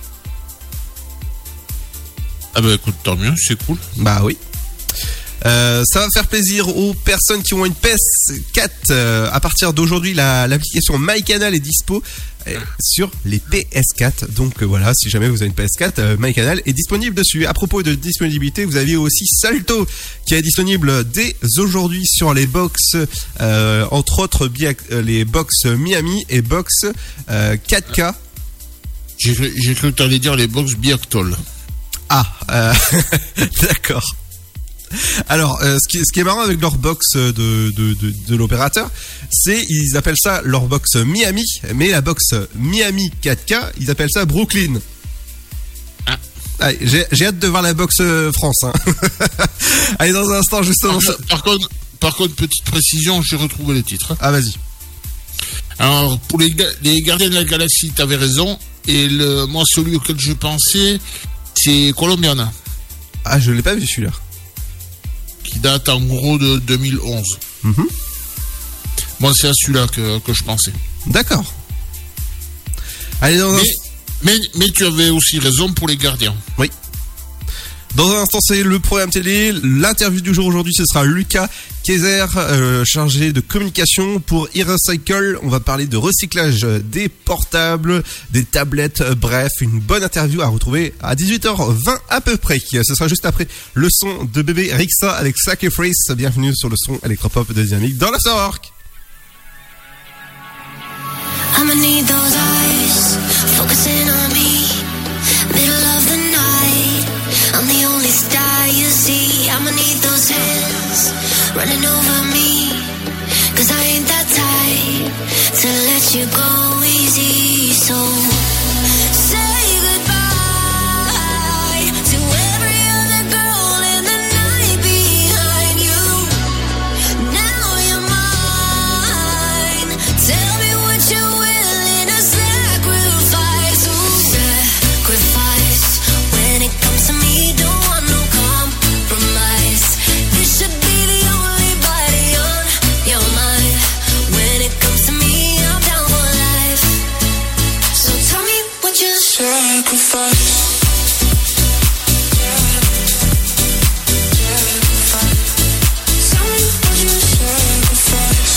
Speaker 10: Ah bah écoute, tant mieux, c'est cool.
Speaker 5: Bah oui. Ça va faire plaisir aux personnes qui ont une PS4. À partir d'aujourd'hui, l'application MyCanal est dispo sur les PS4. Donc voilà, si jamais vous avez une PS4, MyCanal est disponible dessus. À propos de disponibilité, vous avez aussi Salto qui est disponible dès aujourd'hui sur les box, entre autres les box Miami et box 4K.
Speaker 10: J'ai cru que tu allais dire les box Biactol.
Speaker 5: Ah, d'accord. Alors, ce qui est marrant avec leur box de l'opérateur, c'est ils appellent ça leur box Miami, mais la box Miami 4K, ils appellent ça Brooklyn. Ah. Allez, j'ai hâte de voir la box France. Hein. Allez, dans un instant, justement.
Speaker 10: Par contre, petite précision, j'ai retrouvé le titre.
Speaker 5: Ah, vas-y.
Speaker 10: Alors, pour les Gardiens de la Galaxie, t'avais raison. Et moi, celui auquel je pensais, c'est Colombiana.
Speaker 5: Ah, je l'ai pas vu celui-là.
Speaker 10: Qui date en gros de 2011. Mm-hmm. Moi, c'est à celui-là que je pensais.
Speaker 5: D'accord. Allez,
Speaker 10: mais tu avais aussi raison pour les Gardiens.
Speaker 5: Oui. Dans un instant, c'est le programme télé. L'interview du jour aujourd'hui, ce sera Lucas Kayser, chargé de communication pour e-recycle. On va parler de recyclage des portables, des tablettes, bref, une bonne interview à retrouver à 18h20 à peu près. Ce sera juste après le son de bébé Rixa avec Sacrifice. Bienvenue sur le son électropop de Dynamique dans l'Afterwork.
Speaker 1: I'ma need those eyes focusing on me. Middle of the night, I'm the only star you see. I'ma need those hands running over me, 'cause I ain't that type to let you go easy. So say goodbye to every other girl in the night behind you. Now you're mine. Tell me what you're willing to sacrifice. Ooh, sacrifice. When it comes to me, don't want no compromise. This should be the only body on your mind. When it comes to me, I'm down for life. So tell me what you sacrifice. Tell me what you sacrifice.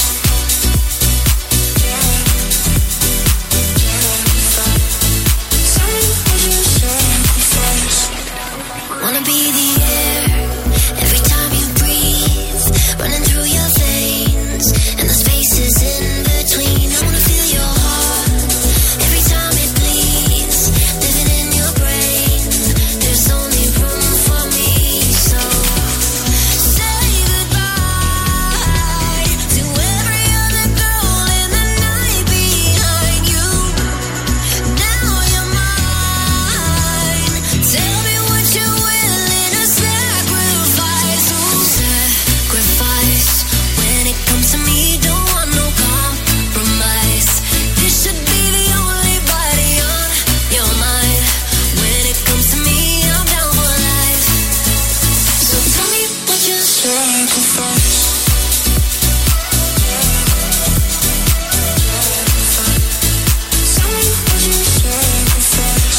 Speaker 1: Tell me what you sacrifice. Wanna be the air every time you breathe, running through your veins and the spaces in between. I wanna feel your heart every time it bleeds, living in your brain. There's only room for me, so say goodbye to every other girl in the night behind you. Now you're mine. Tell me what you're willing to sacrifice. Ooh, sacrifice. When it comes to me, don't want no compromise. This should be the only body on your mind. When it comes to me, I'm down for life. So tell me what you sacrifice. Tell me what you sacrifice.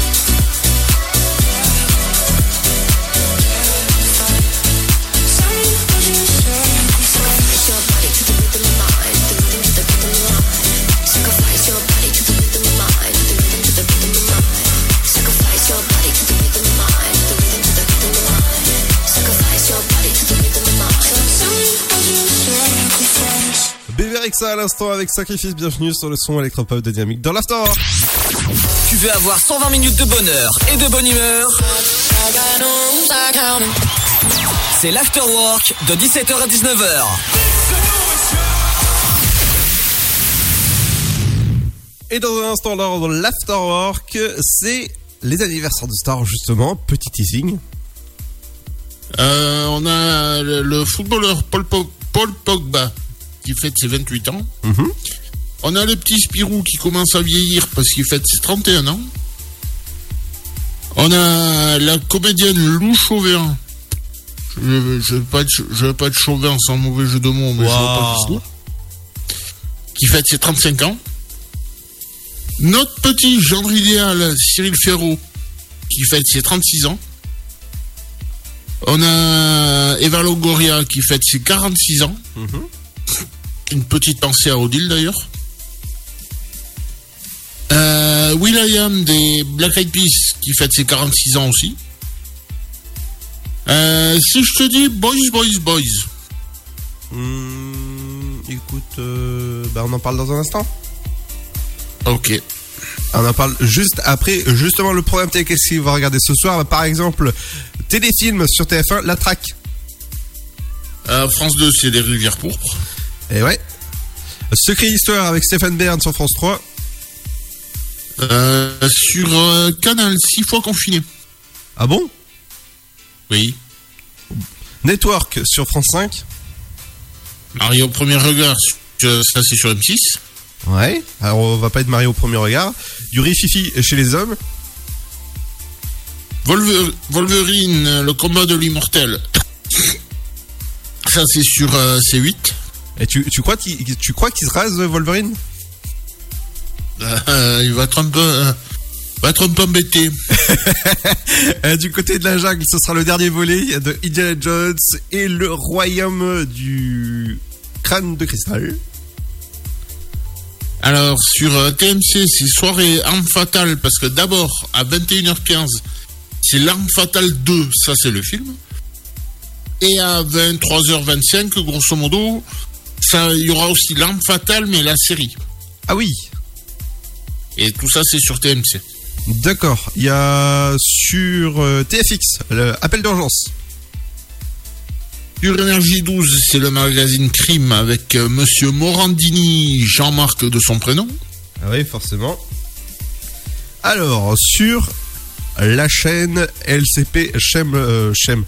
Speaker 1: Tell me what you sacrifice. Your body to the rhythm of mine, the rhythm to the rhythm of mine. Sacrifice your body to the rhythm of mine, the rhythm to the rhythm of mine. Sacrifice your body to the rhythm of mine, the rhythm to the rhythm of mine. Sacrifice your body to the rhythm of mine. Tell me what you sacrifice.
Speaker 5: Bébé Rixa à l'instant avec Sacrifice. Bienvenue sur le son électropop de Dynamique dans l'After.
Speaker 3: Tu veux avoir 120 minutes de bonheur et de bonne humeur? C'est l'Afterwork de 17h à 19h.
Speaker 5: Et dans un instant, dans l'Afterwork, c'est les anniversaires de stars, justement. Petit teasing.
Speaker 10: On a le footballeur Paul Pogba qui fête ses 28 ans. On a le petit Spirou qui commence à vieillir parce qu'il fête ses 31 ans. On a la comédienne Lou Chauvin. Je veux pas être chauvin sans mauvais jeu de mots, mais je vois pas qui c'est. Qui fête ses 35 ans. Notre petit gendre idéal, Cyril Ferraud, qui fête ses 36 ans. On a Eva Longoria qui fête ses 46 ans. Une petite pensée à Odile d'ailleurs. Will.i.am des Black Eyed Peas qui fête ses 46 ans aussi. Si je te dis Boys.
Speaker 5: Écoute, on en parle dans un instant.
Speaker 10: Ok.
Speaker 5: On en parle juste après, justement, le programme télé qu'est-ce qu'il va regarder ce soir. Par exemple, téléfilm sur TF1, La Traque.
Speaker 10: France 2, c'est Les Rivières Pourpres.
Speaker 5: Et ouais. Secret d'Histoire avec Stéphane Bern sur France 3.
Speaker 10: Sur Canal 6 fois confiné.
Speaker 5: Ah bon?
Speaker 10: Oui.
Speaker 5: Network sur France 5.
Speaker 10: Mario au premier regard, ça c'est sur M6.
Speaker 5: Ouais, alors on va pas être marié au premier regard. Du Rififi chez les hommes.
Speaker 10: Wolverine, le combat de l'immortel. Ça c'est sur C8.
Speaker 5: Et tu crois qu'il se rase, Wolverine?
Speaker 10: Il va être un peu embêté.
Speaker 5: Du côté de la jungle, ce sera le dernier volet de Indiana Jones et le royaume du crâne de cristal.
Speaker 10: Alors, sur TMC, c'est soirée Arme Fatale, parce que d'abord, à 21h15, c'est l'Arme Fatale 2, ça c'est le film. Et à 23h25, grosso modo, il y aura aussi l'Arme Fatale, mais la série.
Speaker 5: Ah oui.
Speaker 10: Et tout ça, c'est sur TMC.
Speaker 5: D'accord. Il y a sur TFX, l'appel d'urgence.
Speaker 10: Sur Énergie 12, c'est le magazine Crime avec Monsieur Morandini, Jean-Marc de son prénom.
Speaker 5: Ah oui, forcément. Alors, sur la chaîne LCP Cheb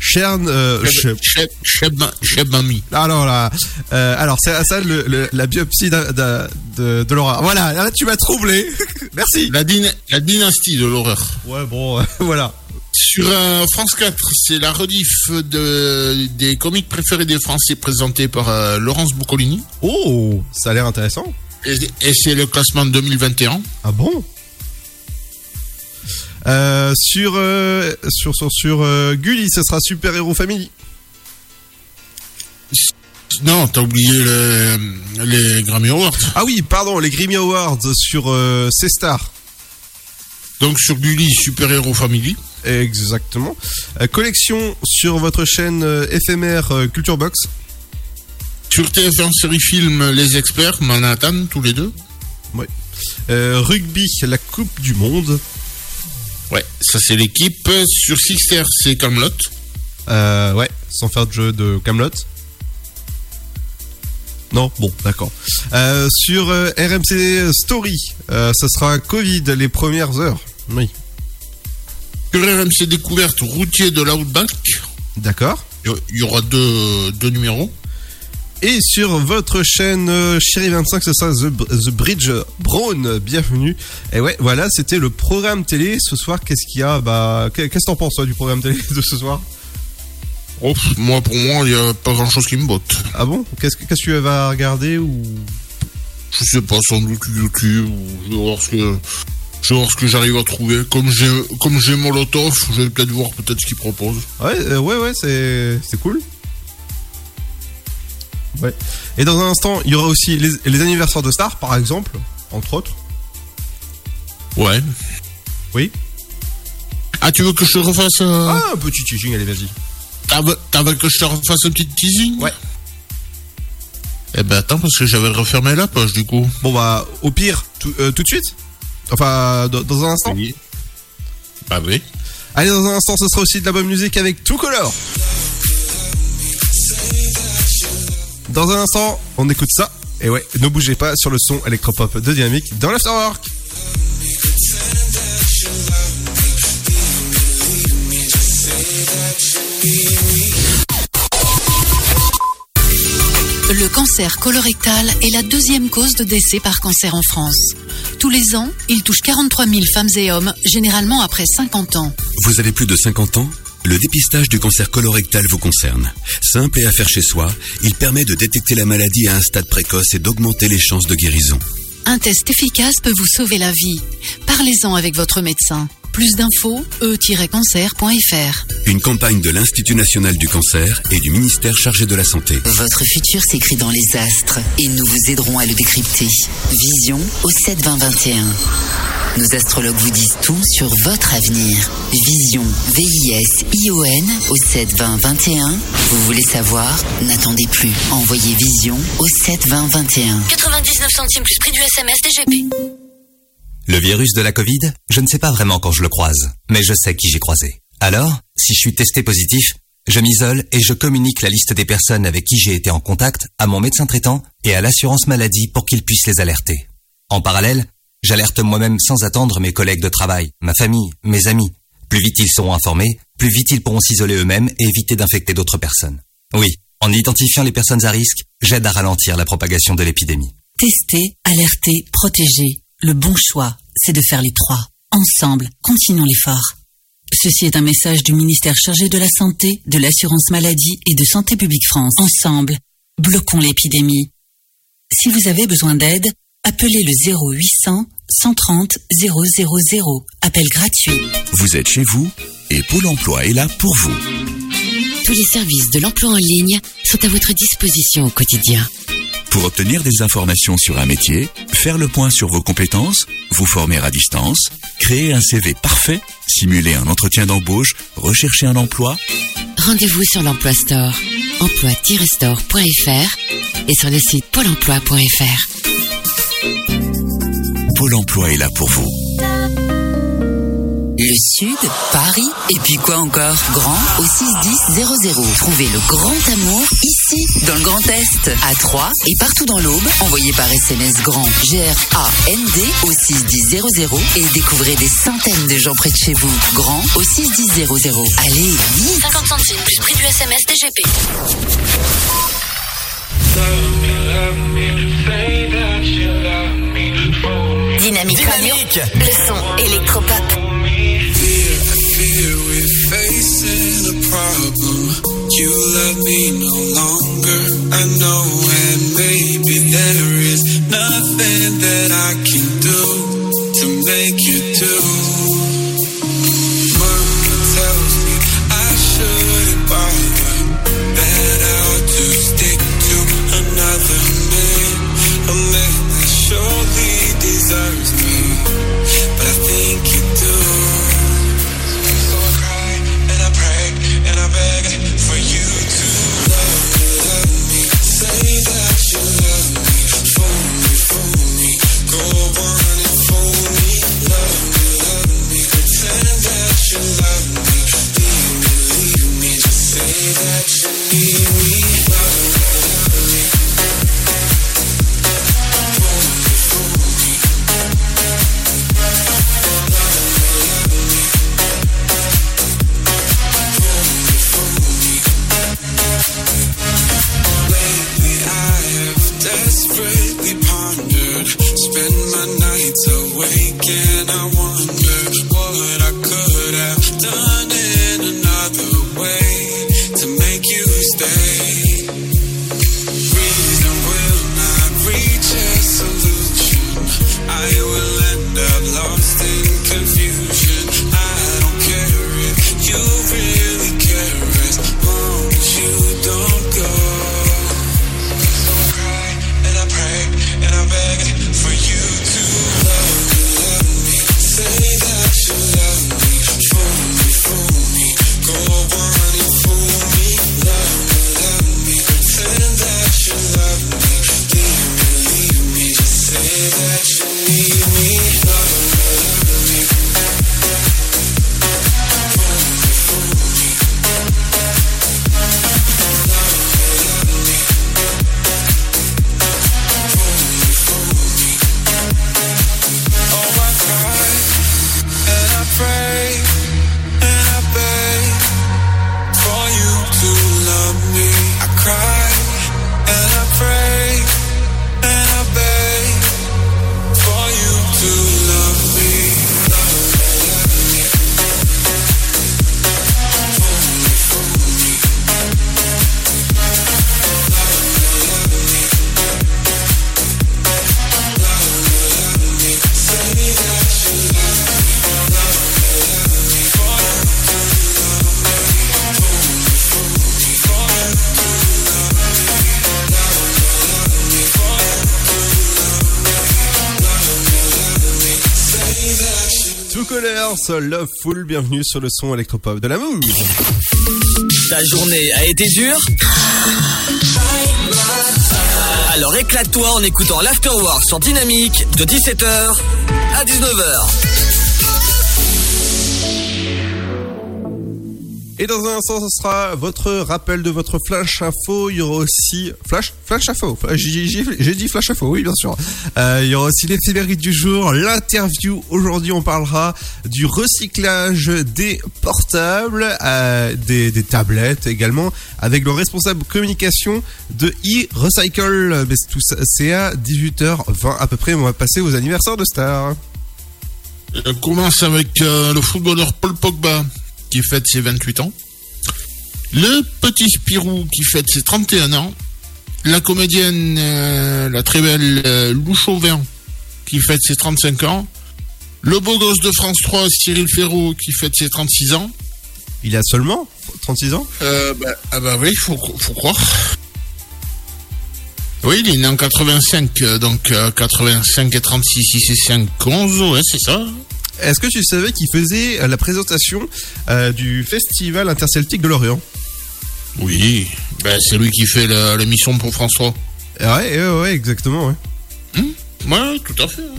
Speaker 10: Mami.
Speaker 5: Alors là, c'est ça la biopsie de l'horreur. Voilà, là tu m'as troublé. Merci.
Speaker 10: La dynastie de l'horreur.
Speaker 5: Ouais, bon, voilà.
Speaker 10: Sur France 4, c'est la rediff des comiques préférés des Français présentés par Laurence Boccolini.
Speaker 5: Oh, ça a l'air intéressant.
Speaker 10: Et c'est le classement 2021.
Speaker 5: Ah bon? Sur Gulli, ce sera Super Hero Family.
Speaker 10: Non, t'as oublié les Grammy Awards.
Speaker 5: Ah oui, pardon, les Grammy Awards sur C-Star.
Speaker 10: Donc sur Gulli, Super Hero Family.
Speaker 5: Exactement. Collection sur votre chaîne éphémère Culture Box.
Speaker 10: Sur TF1 série film Les Experts, Manhattan, tous les deux.
Speaker 5: Ouais. Rugby, la Coupe du Monde.
Speaker 10: Ouais, ça c'est l'équipe. Sur Sixter, c'est Kaamelott.
Speaker 5: Ouais, sans faire de jeu de Kaamelott. Non, bon, d'accord. Sur RMC Story, ça sera Covid, les premières heures. Oui.
Speaker 10: Sur RMC Découverte, routier de l'Outback.
Speaker 5: D'accord.
Speaker 10: Il y aura deux numéros.
Speaker 5: Et sur votre chaîne Chérie 25, ce sera The Bridge Brown. Bienvenue. Et ouais, voilà, c'était le programme télé. Ce soir, qu'est-ce qu'il y a? Qu'est-ce que t'en penses, toi, du programme télé de ce soir?
Speaker 10: Oh, pour moi, il n'y a pas grand-chose qui me botte.
Speaker 5: Ah bon? Qu'est-ce que tu vas regarder ou?
Speaker 10: Je sais pas, sans doute YouTube. Je vais voir ce que j'arrive à trouver. Comme j'ai Molotov, je vais peut-être voir ce qu'ils proposent.
Speaker 5: Ouais, c'est cool. Ouais. Et dans un instant, il y aura aussi les anniversaires de stars, par exemple, entre autres.
Speaker 10: Ouais.
Speaker 5: Oui.
Speaker 10: Ah, tu veux que je te refasse
Speaker 5: un petit teasing, allez, vas-y.
Speaker 10: T'as veux que je te refasse un petit teasing?
Speaker 5: Ouais.
Speaker 10: Eh ben attends, parce que j'avais refermé la page, du coup.
Speaker 5: Bon au pire, tout de suite. Enfin, dans un instant.
Speaker 10: Oui. Bah oui.
Speaker 5: Allez, dans un instant, ce sera aussi de la bonne musique avec Two Color. Dans un instant, on écoute ça. Et ouais, ne bougez pas sur le son électropop de Dynamique dans l'Afterwork.
Speaker 13: Le cancer colorectal est la deuxième cause de décès par cancer en France. Tous les ans, il touche 43 000 femmes et hommes, généralement après 50 ans.
Speaker 14: Vous avez plus de 50 ans ? Le dépistage du cancer colorectal vous concerne. Simple et à faire chez soi, il permet de détecter la maladie à un stade précoce et d'augmenter les chances de guérison.
Speaker 13: Un test efficace peut vous sauver la vie. Parlez-en avec votre médecin. Plus d'infos, e-cancer.fr.
Speaker 14: Une campagne de l'Institut national du cancer et du ministère chargé de la santé.
Speaker 11: Votre futur s'écrit dans les astres et nous vous aiderons à le décrypter. Vision au 7-20-21. Nos astrologues vous disent tout sur votre avenir. Vision, V-I-S-I-O-N au 7-20-21. Vous voulez savoir? N'attendez plus. Envoyez Vision au 7-20-21.
Speaker 4: 99 centimes plus prix du SMS DGP.
Speaker 15: Le virus de la Covid, je ne sais pas vraiment quand je le croise, mais je sais qui j'ai croisé. Alors, si je suis testé positif, je m'isole et je communique la liste des personnes avec qui j'ai été en contact à mon médecin traitant et à l'assurance maladie pour qu'ils puissent les alerter. En parallèle, j'alerte moi-même sans attendre mes collègues de travail, ma famille, mes amis. Plus vite ils seront informés, plus vite ils pourront s'isoler eux-mêmes et éviter d'infecter d'autres personnes. Oui, en identifiant les personnes à risque, j'aide à ralentir la propagation de l'épidémie.
Speaker 12: Tester, alerter, protéger. Le bon choix, c'est de faire les trois. Ensemble, continuons l'effort. Ceci est un message du ministère chargé de la Santé, de l'Assurance Maladie et de Santé Publique France. Ensemble, bloquons l'épidémie. Si vous avez besoin d'aide, appelez le 0800 130 000. Appel gratuit.
Speaker 8: Vous êtes chez vous et Pôle emploi est là pour vous.
Speaker 4: Tous les services de l'emploi en ligne sont à votre disposition au quotidien.
Speaker 8: Pour obtenir des informations sur un métier, faire le point sur vos compétences, vous former à distance, créer un CV parfait, simuler un entretien d'embauche, rechercher un emploi.
Speaker 4: Rendez-vous sur l'Emploi Store, emploi-store.fr et sur le site pôle emploi.fr.
Speaker 8: Pôle emploi est là pour vous.
Speaker 11: Le Sud, Paris, et puis quoi encore? Grand au 61000. Trouvez le grand amour ici, dans le Grand Est, à Troyes et partout dans l'Aube. Envoyez par SMS grand GRAND au 61000 et découvrez des centaines de gens près de chez vous. Grand au 61000. Allez, vite!
Speaker 4: 50 centimes plus prix du SMS DGP.
Speaker 16: Dynamique Radio, le son électropop.
Speaker 7: Fear we're facing a problem. You love me no longer, I know, and maybe there is nothing that I can do to make you do. Mama tells me I shouldn't bother, that I ought to stick to another man, a man that surely deserves me, but I think you do. For you to love me, say that you love me, fool me, go on and fool me, love me, pretend that you love me, leave me, just say that you need me, love me, desperately pondered, spend my nights awake and I wonder what I could have done in another way to make you stay. Reason will not reach a solution, I will end up lost in confusion. I don't care if you really care as long as you don't go. And I beg for you to love me, say that you love me, fool me, go on and fool me, love me, pretend that you love me, leave me, just say that you need me, love me,
Speaker 5: Loveful, bienvenue sur le son électropop de la Move.
Speaker 3: Ta journée a été dure? Alors éclate-toi en écoutant l'Afterwork sur Dynamique de 17h à 19h.
Speaker 5: Et dans un instant, ce sera votre rappel de votre flash info. Il y aura aussi flash info. J'ai dit flash info, oui bien sûr. Il y aura aussi l'éphéméride du jour, l'interview. Aujourd'hui, on parlera du recyclage des portables, des tablettes également, avec le responsable communication de e-Recycle. Mais tout ça, c'est à 18h20 à peu près. On va passer aux anniversaires de stars.
Speaker 10: On commence avec le footballeur Paul Pogba, qui fête ses 28 ans, le petit Spirou qui fête ses 31 ans, la comédienne, la très belle Lou Chauvin qui fête ses 35 ans. Le beau gosse de France 3, Cyril Ferraud, qui fête ses 36 ans.
Speaker 5: Il a seulement 36 ans?
Speaker 10: Oui, faut croire. Oui, il est né en 85, donc 85 et 36, si c'est 5, 11, ouais, c'est ça.
Speaker 5: Est-ce que tu savais qu'il faisait la présentation du Festival interceltique de Lorient?
Speaker 10: Oui, c'est lui qui fait l'émission pour France 3.
Speaker 5: Ouais, exactement, ouais.
Speaker 10: Ouais, tout à fait. Ouais.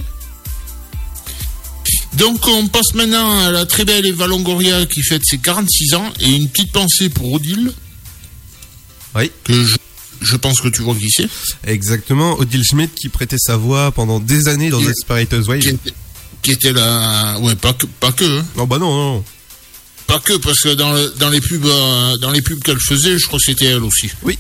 Speaker 10: Donc on passe maintenant à la très belle Eva Longoria qui fête ses 46 ans et une petite pensée pour Odile.
Speaker 5: Oui.
Speaker 10: Que je pense que tu vois qui c'est.
Speaker 5: Exactement, Odile Schmidt qui prêtait sa voix pendant des années dans Desperate Housewives.
Speaker 10: Qui était là, ouais, pas que. Hein.
Speaker 5: Non, non.
Speaker 10: Pas que, parce que dans les pubs qu'elle faisait, je crois que c'était elle aussi.
Speaker 5: Oui.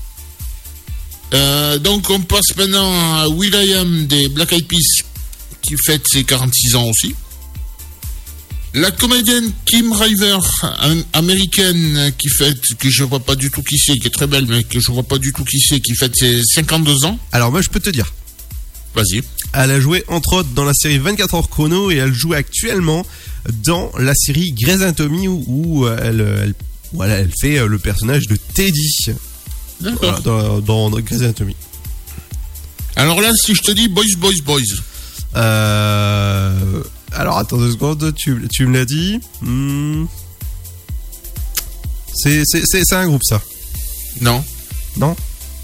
Speaker 10: Donc on passe maintenant à Will.i.am des Black Eyed Peas qui fête ses 46 ans aussi. La comédienne Kim River, américaine, que je vois pas du tout qui c'est, qui est très belle, mais que je vois pas du tout qui c'est, qui fête ses 52 ans.
Speaker 5: Alors moi je peux te dire.
Speaker 10: Vas-y.
Speaker 5: Elle a joué entre autres dans la série 24 heures chrono et elle joue actuellement dans la série Grey's Anatomy où elle fait le personnage de Teddy.
Speaker 10: D'accord.
Speaker 5: Voilà, dans Grey's Anatomy.
Speaker 10: Alors là, si je te dis Boys.
Speaker 5: Alors attends 2 secondes, tu me l'as dit. C'est un groupe ça.
Speaker 10: Non.
Speaker 5: Non,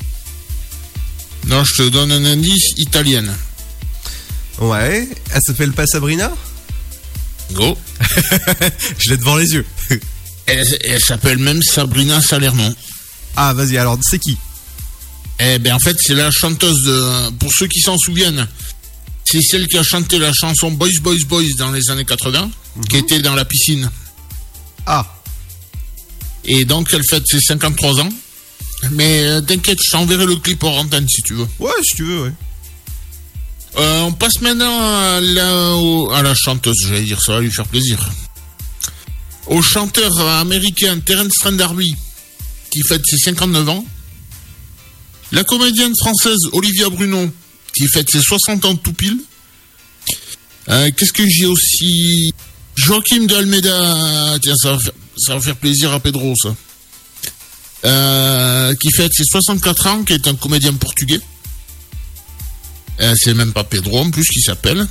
Speaker 10: je te donne un indice, italienne.
Speaker 5: Ouais, elle s'appelle pas Sabrina?
Speaker 10: Go.
Speaker 5: Je l'ai devant les yeux.
Speaker 10: Elle s'appelle même Sabrina Salerno.
Speaker 5: Ah, vas-y, alors c'est qui?
Speaker 10: En fait, c'est la chanteuse pour ceux qui s'en souviennent, c'est celle qui a chanté la chanson Boys dans les années 80, qui était dans la piscine.
Speaker 5: Ah.
Speaker 10: Et donc, elle fête ses 53 ans. Mais t'inquiète, je t'enverrai le clip hors antenne si tu veux.
Speaker 5: Ouais, si tu veux, ouais.
Speaker 10: On passe maintenant à la chanteuse, j'allais dire, ça va lui faire plaisir. Au chanteur américain Terence Trent D'Arby, qui fête ses 59 ans. La comédienne française Olivia Bruno, qui fête ses 60 ans tout pile. Qu'est-ce que j'ai aussi? Joachim de Almeida, tiens, ça va faire plaisir à Pedro, ça. Qui fête ses 64 ans, qui est un comédien portugais. C'est même pas Pedro en plus qui s'appelle.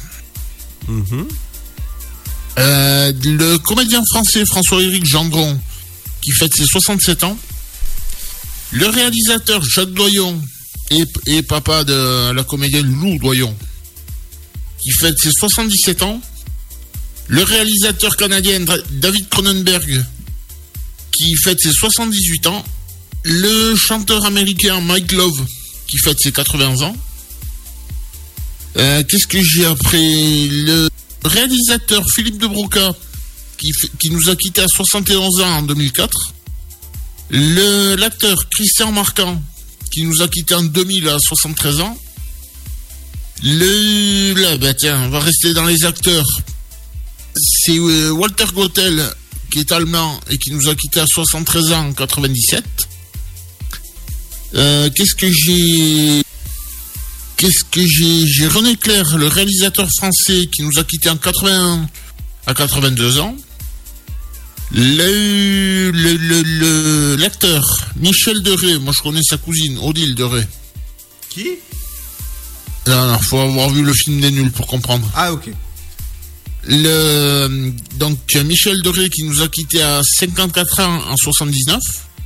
Speaker 10: Le comédien français François-Éric Gendron, qui fête ses 67 ans. Le réalisateur Jacques Doyon et papa de la comédienne Lou Doyon, qui fête ses 77 ans. Le réalisateur canadien David Cronenberg, qui fête ses 78 ans. Le chanteur américain Mike Love, qui fête ses 80 ans. Qu'est-ce que j'ai après? Le réalisateur Philippe de Broca, qui nous a quittés à 71 ans en 2004. L'acteur Christian Marquand, qui nous a quittés en 2000 à 73 ans. On va rester dans les acteurs. C'est Walter Gottel, qui est allemand et qui nous a quittés à 73 ans en 97. Qu'est-ce que j'ai? J'ai René Clair, le réalisateur français, qui nous a quittés en 81 à 82 ans. L'acteur Michel Deray, moi je connais sa cousine Odile Deray.
Speaker 5: Qui?
Speaker 10: Non, faut avoir vu le film des nuls pour comprendre.
Speaker 5: Ah, ok.
Speaker 10: Donc Michel Deray, qui nous a quittés à 54 ans en 79.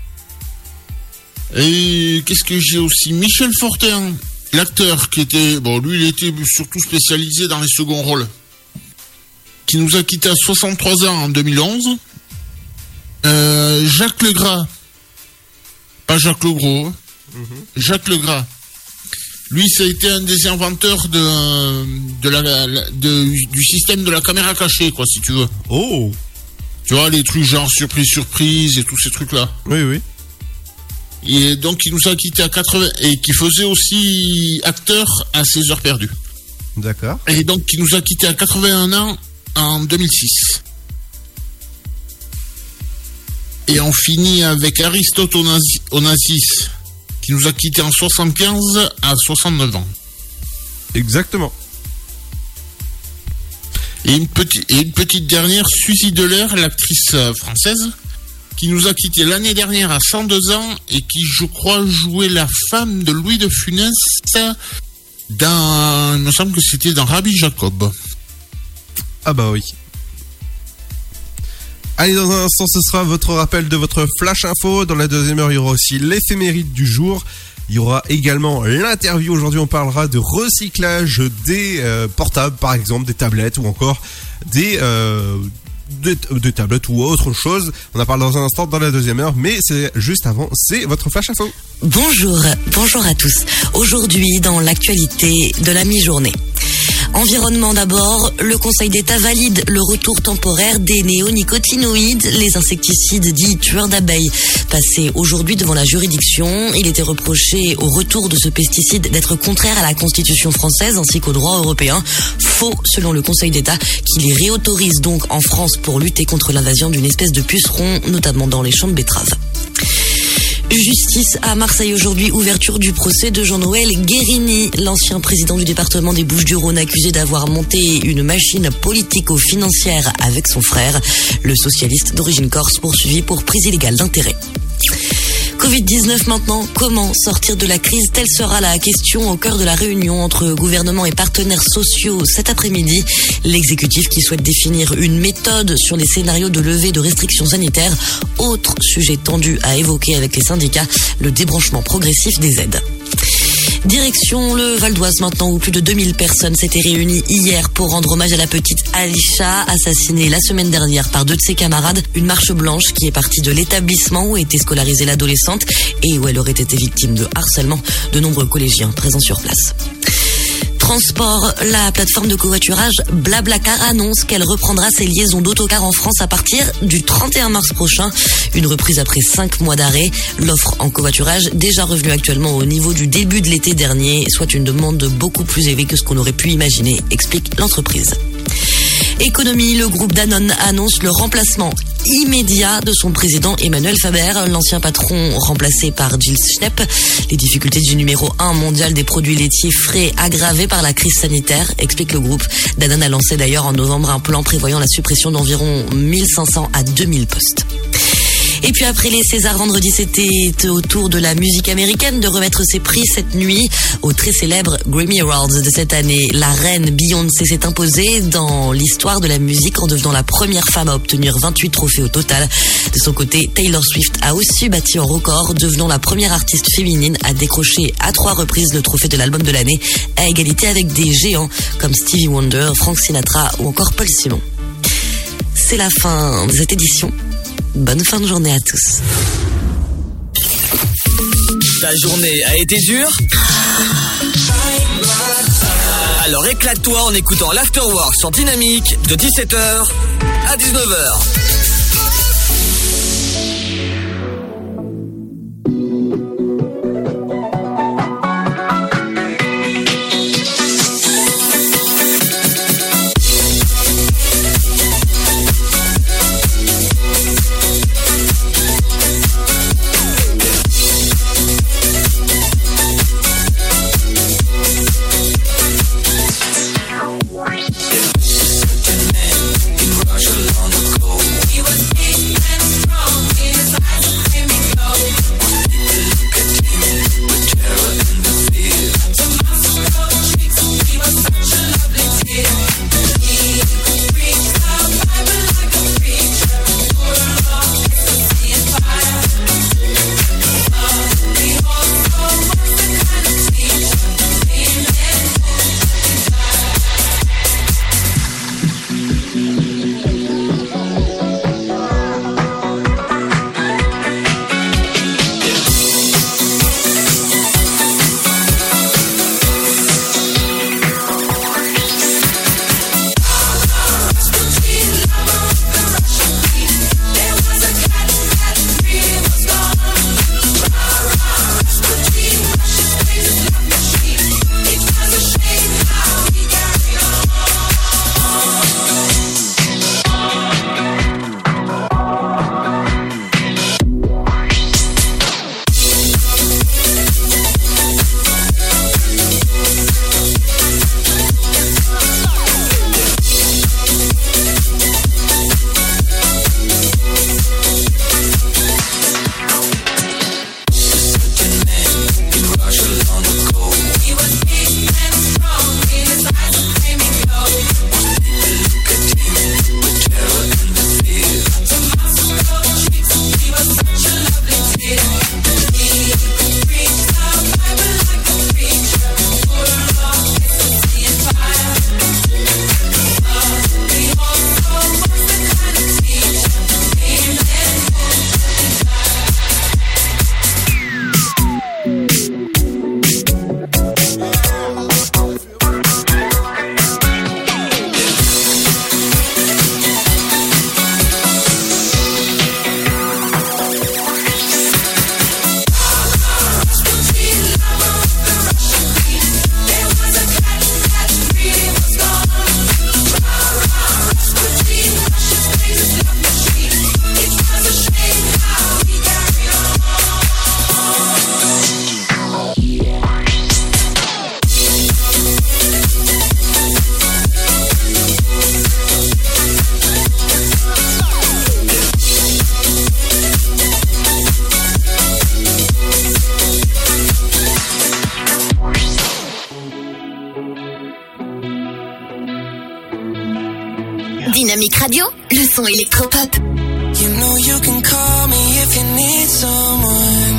Speaker 10: Et qu'est-ce que j'ai aussi? Michel Fortin, l'acteur qui était... Bon, lui, il était surtout spécialisé dans les seconds rôles. Qui nous a quittés à 63 ans en 2011. Jacques Legras. Pas Jacques Legros. Jacques Legras. Lui, ça a été un des inventeurs du système de la caméra cachée, quoi, si tu veux.
Speaker 5: Oh!
Speaker 10: Tu vois, les trucs genre surprise et tous ces trucs-là.
Speaker 5: Oui.
Speaker 10: Et donc, il nous a quittés à 80... Et qui faisait aussi acteur à 16 heures perdues.
Speaker 5: D'accord.
Speaker 10: Et donc, qui nous a quittés à 81 ans en 2006. Et on finit avec Aristote Onassis, qui nous a quittés en 75 à 69 ans.
Speaker 5: Exactement.
Speaker 10: Et une petite dernière, Suzy Delair, l'actrice française, qui nous a quittés l'année dernière à 102 ans et qui, je crois, jouait la femme de Louis de Funès il me semble que c'était dans Rabbi Jacob.
Speaker 5: Ah bah oui. Allez, dans un instant, ce sera votre rappel de votre flash info. Dans la deuxième heure, il y aura aussi l'éphéméride du jour. Il y aura également l'interview. Aujourd'hui, on parlera de recyclage des portables, par exemple, des tablettes ou encore des tablettes ou autre chose. On en parle dans un instant dans la deuxième heure, mais c'est juste avant, c'est votre flash info.
Speaker 6: Bonjour à tous. Aujourd'hui, dans l'actualité de la mi-journée. Environnement d'abord, le Conseil d'État valide le retour temporaire des néonicotinoïdes, les insecticides dits tueurs d'abeilles. Passé aujourd'hui devant la juridiction, il était reproché au retour de ce pesticide d'être contraire à la Constitution française ainsi qu'au droit européen. Faux selon le Conseil d'État qui les réautorise donc en France pour lutter contre l'invasion d'une espèce de puceron, notamment dans les champs de betteraves. Justice à Marseille aujourd'hui, ouverture du procès de Jean-Noël Guérini, l'ancien président du département des Bouches-du-Rhône accusé d'avoir monté une machine politico-financière avec son frère, le socialiste d'origine corse poursuivi pour prise illégale d'intérêt. Covid-19 maintenant, comment sortir de la crise? Telle sera la question au cœur de la réunion entre gouvernement et partenaires sociaux cet après-midi. L'exécutif qui souhaite définir une méthode sur les scénarios de levée de restrictions sanitaires. Autre sujet tendu à évoquer avec les syndicats, le débranchement progressif des aides. Direction le Val d'Oise maintenant, où plus de 2000 personnes s'étaient réunies hier pour rendre hommage à la petite Alisha, assassinée la semaine dernière par 2 de ses camarades. Une marche blanche qui est partie de l'établissement où était scolarisée l'adolescente et où elle aurait été victime de harcèlement. De nombreux collégiens présents sur place. Transport, la plateforme de covoiturage Blablacar annonce qu'elle reprendra ses liaisons d'autocars en France à partir du 31 mars prochain. Une reprise après 5 mois d'arrêt. L'offre en covoiturage, déjà revenue actuellement au niveau du début de l'été dernier, soit une demande beaucoup plus élevée que ce qu'on aurait pu imaginer, explique l'entreprise. Économie, le groupe Danone annonce le remplacement immédiat de son président Emmanuel Faber, l'ancien patron remplacé par Gilles Schnepp. Les difficultés du numéro 1 mondial des produits laitiers frais aggravées par la crise sanitaire, explique le groupe. Danone a lancé d'ailleurs en novembre un plan prévoyant la suppression d'environ 1500 à 2000 postes. Et puis après les Césars vendredi, c'était au tour de la musique américaine de remettre ses prix cette nuit au très célèbre Grammy Awards de cette année. La reine Beyoncé s'est imposée dans l'histoire de la musique en devenant la première femme à obtenir 28 trophées au total. De son côté, Taylor Swift a aussi battu un record, devenant la première artiste féminine à décrocher à 3 reprises le trophée de l'album de l'année, à égalité avec des géants comme Stevie Wonder, Frank Sinatra ou encore Paul Simon. C'est la fin de cette édition. Bonne fin de journée à tous.
Speaker 3: Ta journée a été dure? Alors éclate-toi en écoutant l'Afterwork sur Dynamique de 17h à 19h.
Speaker 7: Rush along the coast.
Speaker 16: Dynamique Radio, le son électropop.
Speaker 7: You know you can call me if you need someone.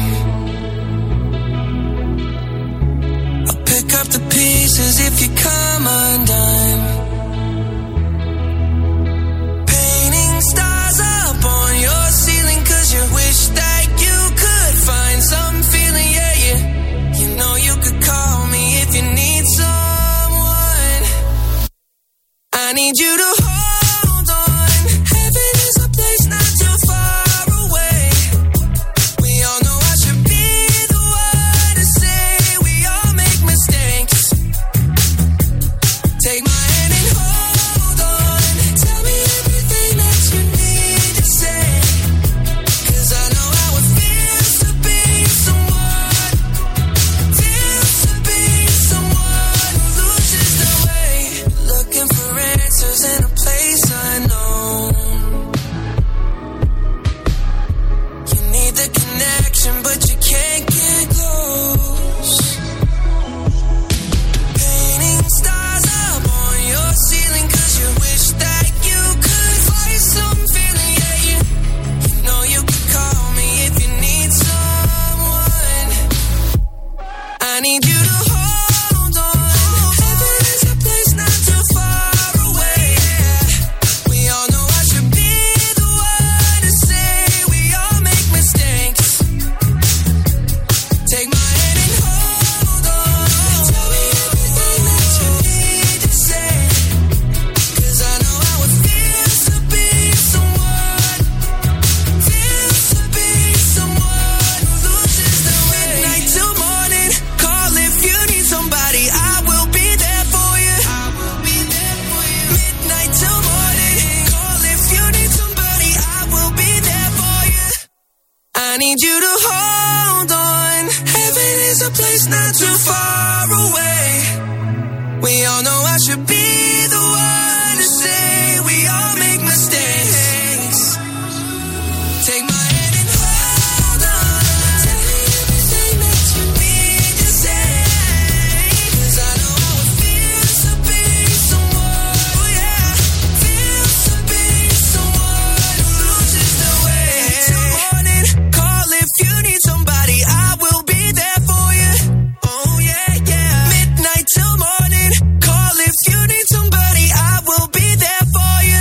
Speaker 7: I'll pick up the pieces if you come undone. Painting stars up on your ceiling 'cause you wish that you could find some feeling, yeah, yeah. You know you could call me if you need someone. I need you to hold on. Heaven is a place not too far away. We all know I should be the one to say we all make mistakes. Take my hand and hold on. Tell me everything that you need to say. 'Cause I know how it feels to be someone. Feels to be someone who loses their way. Looking for answers in a place unknown. You need the connection, but you can't get close. Painting stars up on your ceiling 'cause you wish that you could find some feeling, yeah, yeah. You know you could call me if you need someone. I need you to hold on. Heaven is a place not too far away. We all know I should be the one to say we all make mistakes. Take my hand and hold on. Tell me everything that you need to say. 'Cause I know how it feels to be someone. Feels to be someone who loses their way. Midnight till morning, call if you need somebody. I will be there for you. I will be there for you. Midnight till morning, call if you need somebody. I will be there for you. I need you to hold on. Heaven is a place not too far away. We all know I should be the one to say we all make mistakes. Take my hand and hold on. Tell me everything that you need to say. 'Cause I know how it feels to be someone. Oh yeah, feels to be someone who loses their way. Till morning, call if you need somebody. I will be there for you. Oh yeah, yeah. Midnight till morning, call if you need somebody. I will be there for you.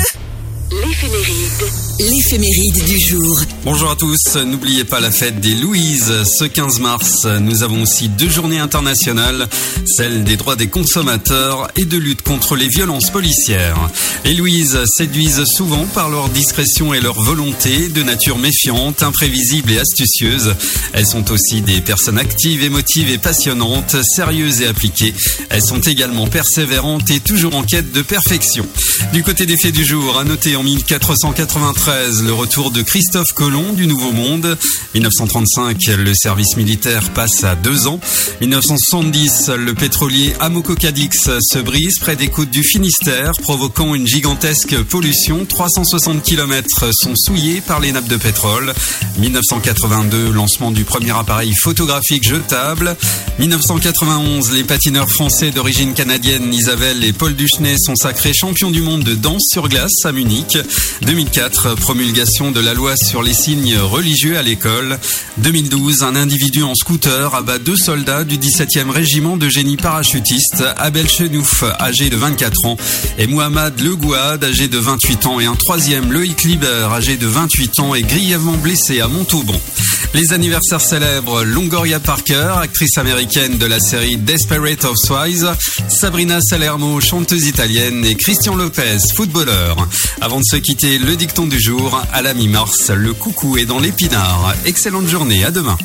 Speaker 6: L'éphéméride du jour.
Speaker 17: Bonjour à tous, n'oubliez pas la fête des Louises ce 15 mars. Nous avons aussi 2 journées internationales, celle des droits des consommateurs et de lutte contre les violences policières. Les Louises séduisent souvent par leur discrétion et leur volonté, de nature méfiante, imprévisible et astucieuse. Elles sont aussi des personnes actives, émotives et passionnantes, sérieuses et appliquées. Elles sont également persévérantes et toujours en quête de perfection. Du côté des faits du jour, à noter en 1493 le retour de Christophe Colomb du Nouveau Monde. 1935, le service militaire passe à 2 ans. 1970, le pétrolier Amoco Cadix se brise près des côtes du Finistère, provoquant une gigantesque pollution. 360 km sont souillés par les nappes de pétrole. 1982, lancement du premier appareil photographique jetable. 1991, les patineurs français d'origine canadienne Isabelle et Paul Duchenet sont sacrés champions du monde de danse sur glace à Munich. 2004, promulgation de la loi sur les signes religieux à l'école. 2012, un individu en scooter abat 2 soldats du 17e régiment de génie parachutiste, Abel Chenouf, âgé de 24 ans, et Mohamed Le Gouad, âgé de 28 ans, et un troisième, Loïc Liber, âgé de 28 ans, est grièvement blessé à Montauban. Les anniversaires célèbres: Longoria Parker, actrice américaine de la série Desperate Housewives, Sabrina Salerno, chanteuse italienne, et Christian Lopez, footballeur. Avant de se quitter, le dicton du jour: à la mi-mars, le coucou est dans l'épinard. Excellente journée, à demain.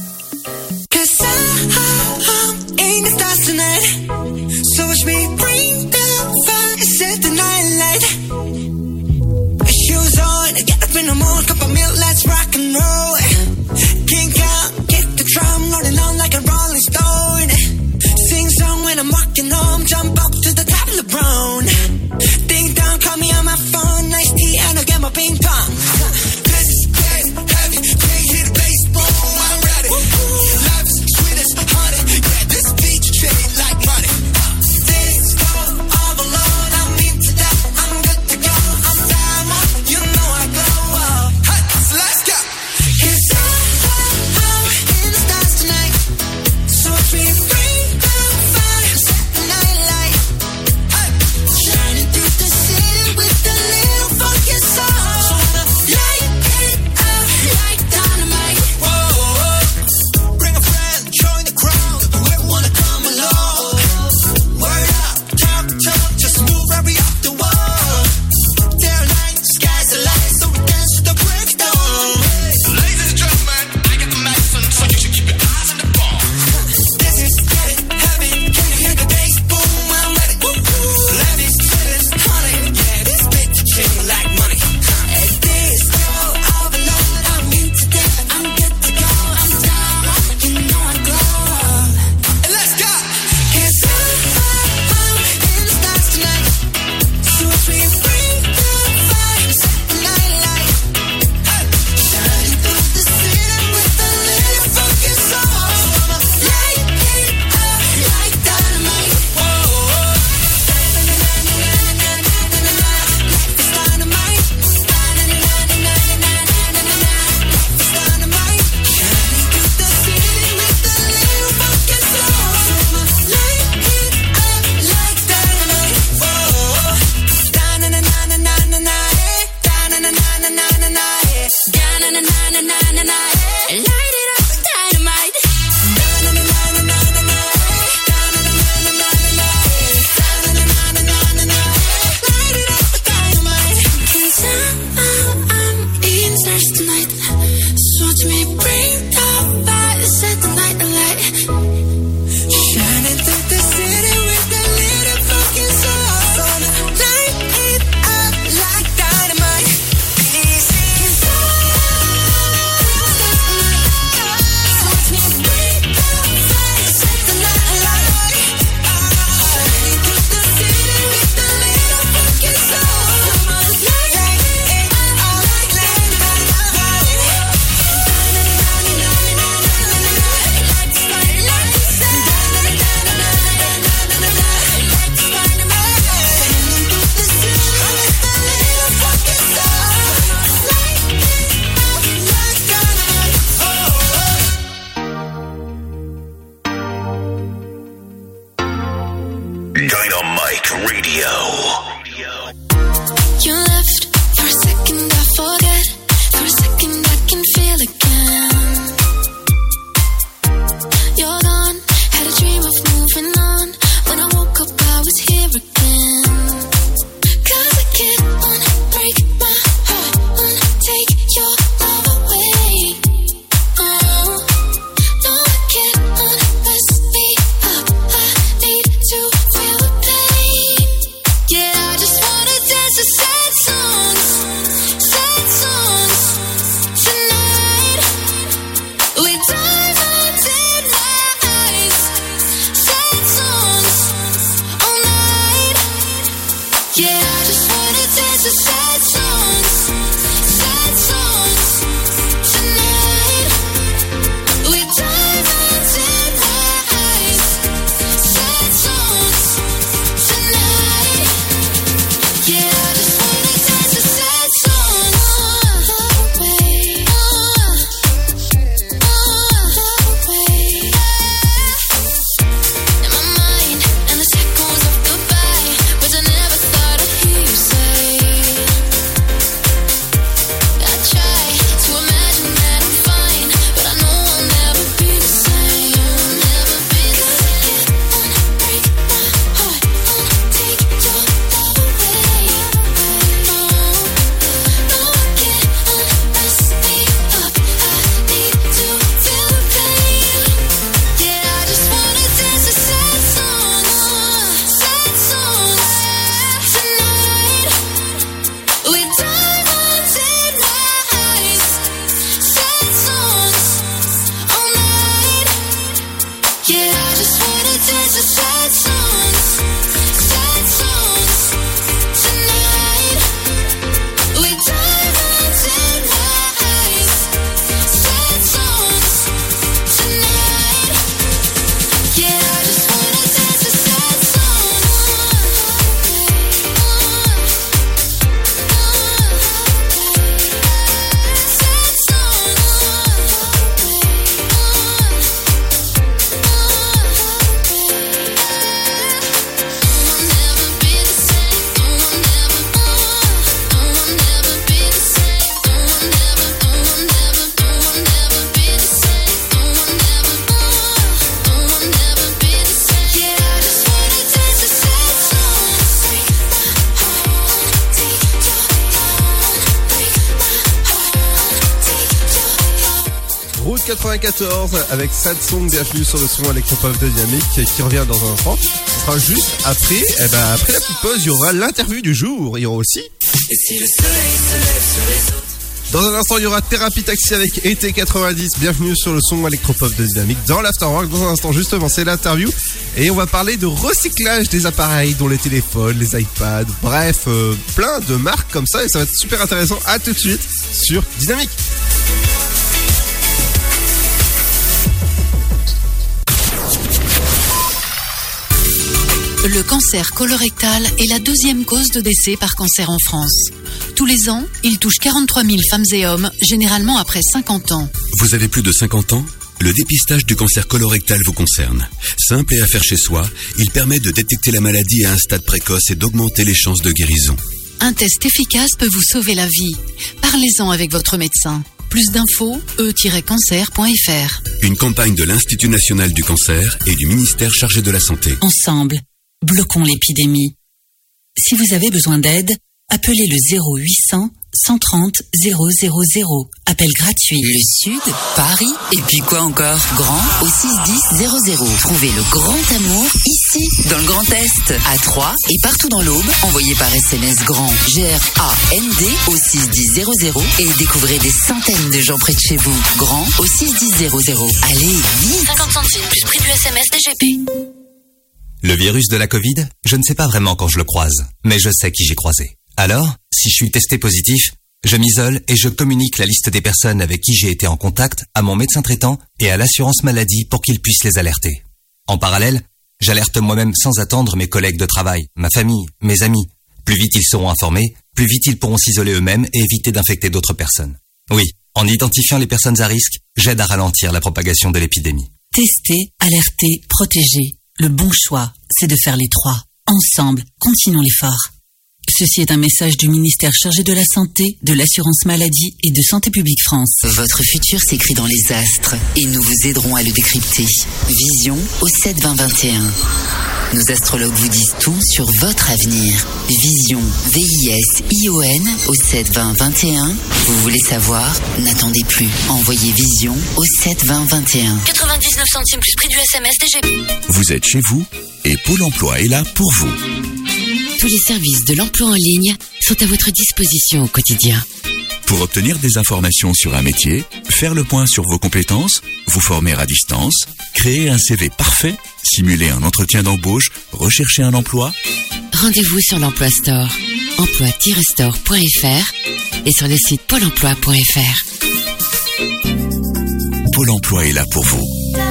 Speaker 7: Jump up to the top of the brown. Ding dong, call me on my phone. Nice tea, and I'll get my ping pong. This is heavy, crazy the baseball. I'm ready.
Speaker 18: Radio.
Speaker 1: You left for a second, I forget. For a second, I can feel again. You're gone, had a dream of moving on. When I woke up, I was here again. 'Cause I can't break my heart, take your love away. Oh, no, I can't mess me up. I need to feel the pain. Yeah, I just wanna dance to sad songs tonight. With diamonds in my eyes, sad songs all night. Yeah, I just wanna dance to sad songs tonight. With diamonds in my eyes, sad songs tonight. Yeah, I just wanna dance to sad songs away. In my mind, endless echoes of goodbye, words I never thought I'd hear you say. I try to imagine that I'm fine, but I know I'll never be the same. Never be the same. 'Cause I can't break my heart, take your love away. No, I can't mess me up. I need to feel the pain. Yeah, I just wanna dance to sad songs tonight. With diamonds in my eyes, sad songs all night. Yeah, I just wanna dance to sad songs tonight. With diamonds in my eyes, sad songs tonight. Yeah, I just wanna dance to sad
Speaker 5: Route 94 avec Sad Song, bienvenue sur le son électropop de Dynamique qui revient dans un instant. Ce sera juste après, après la petite pause, il y aura l'interview du jour. Il y aura aussi.
Speaker 7: Et si le soleil se lève sur les autres.
Speaker 5: Dans un instant, il y aura Thérapie Taxi avec été 90. Bienvenue sur le son électropop de Dynamique dans l'Afterwork. Dans un instant, justement, c'est l'interview. Et on va parler de recyclage des appareils, dont les téléphones, les iPads, bref, plein de marques comme ça. Et ça va être super intéressant. À tout de suite sur Dynamique.
Speaker 13: Le cancer colorectal est la deuxième cause de décès par cancer en France. Tous les ans, il touche 43 000 femmes et hommes, généralement après 50 ans.
Speaker 14: Vous avez plus de 50 ans ? Le dépistage du cancer colorectal vous concerne. Simple et à faire chez soi, il permet de détecter la maladie à un stade précoce et d'augmenter les chances de guérison.
Speaker 13: Un test efficace peut vous sauver la vie. Parlez-en avec votre médecin. Plus d'infos, e-cancer.fr.
Speaker 14: Une campagne de l'Institut national du cancer et du ministère chargé de la santé.
Speaker 12: Ensemble, bloquons l'épidémie. Si vous avez besoin d'aide, appelez le 0800 130 000. Appel gratuit.
Speaker 11: Le Sud, Paris, et puis quoi encore? Grand au 61000. Trouvez le grand amour ici, dans le Grand Est, à Troyes et partout dans l'Aube. Envoyez par SMS grand GRAND au 61000 et découvrez des centaines de gens près de chez vous. Grand au 61000. Allez, vite!
Speaker 16: 50 centimes plus prix du SMS DGP.
Speaker 15: Le virus de la Covid, je ne sais pas vraiment quand je le croise, mais je sais qui j'ai croisé. Alors, si je suis testé positif, je m'isole et je communique la liste des personnes avec qui j'ai été en contact à mon médecin traitant et à l'assurance maladie pour qu'ils puissent les alerter. En parallèle, j'alerte moi-même sans attendre mes collègues de travail, ma famille, mes amis. Plus vite ils seront informés, plus vite ils pourront s'isoler eux-mêmes et éviter d'infecter d'autres personnes. Oui, en identifiant les personnes à risque, j'aide à ralentir la propagation de l'épidémie.
Speaker 12: Tester, alerter, protéger. Le bon choix, c'est de faire les trois. Ensemble, continuons l'effort. Ceci est un message du ministère chargé de la Santé, de l'Assurance Maladie et de Santé Publique France.
Speaker 11: Votre futur s'écrit dans les astres et nous vous aiderons à le décrypter. Vision au 7-20-21. Nos astrologues vous disent tout sur votre avenir. Vision, V-I-S-I-O-N au 7-20-21. Vous voulez savoir? N'attendez plus. Envoyez Vision au 7-20-21.
Speaker 16: 99 centimes plus prix du SMS DGP.
Speaker 8: Vous êtes chez vous et Pôle emploi est là pour vous.
Speaker 4: Tous les services de l'emploi en ligne sont à votre disposition au quotidien.
Speaker 8: Pour obtenir des informations sur un métier, faire le point sur vos compétences, vous former à distance, créer un CV parfait, simuler un entretien d'embauche, rechercher un emploi.
Speaker 4: Rendez-vous sur l'Emploi Store, emploi-store.fr et sur le site pôle emploi.fr.
Speaker 8: Pôle emploi est là pour vous.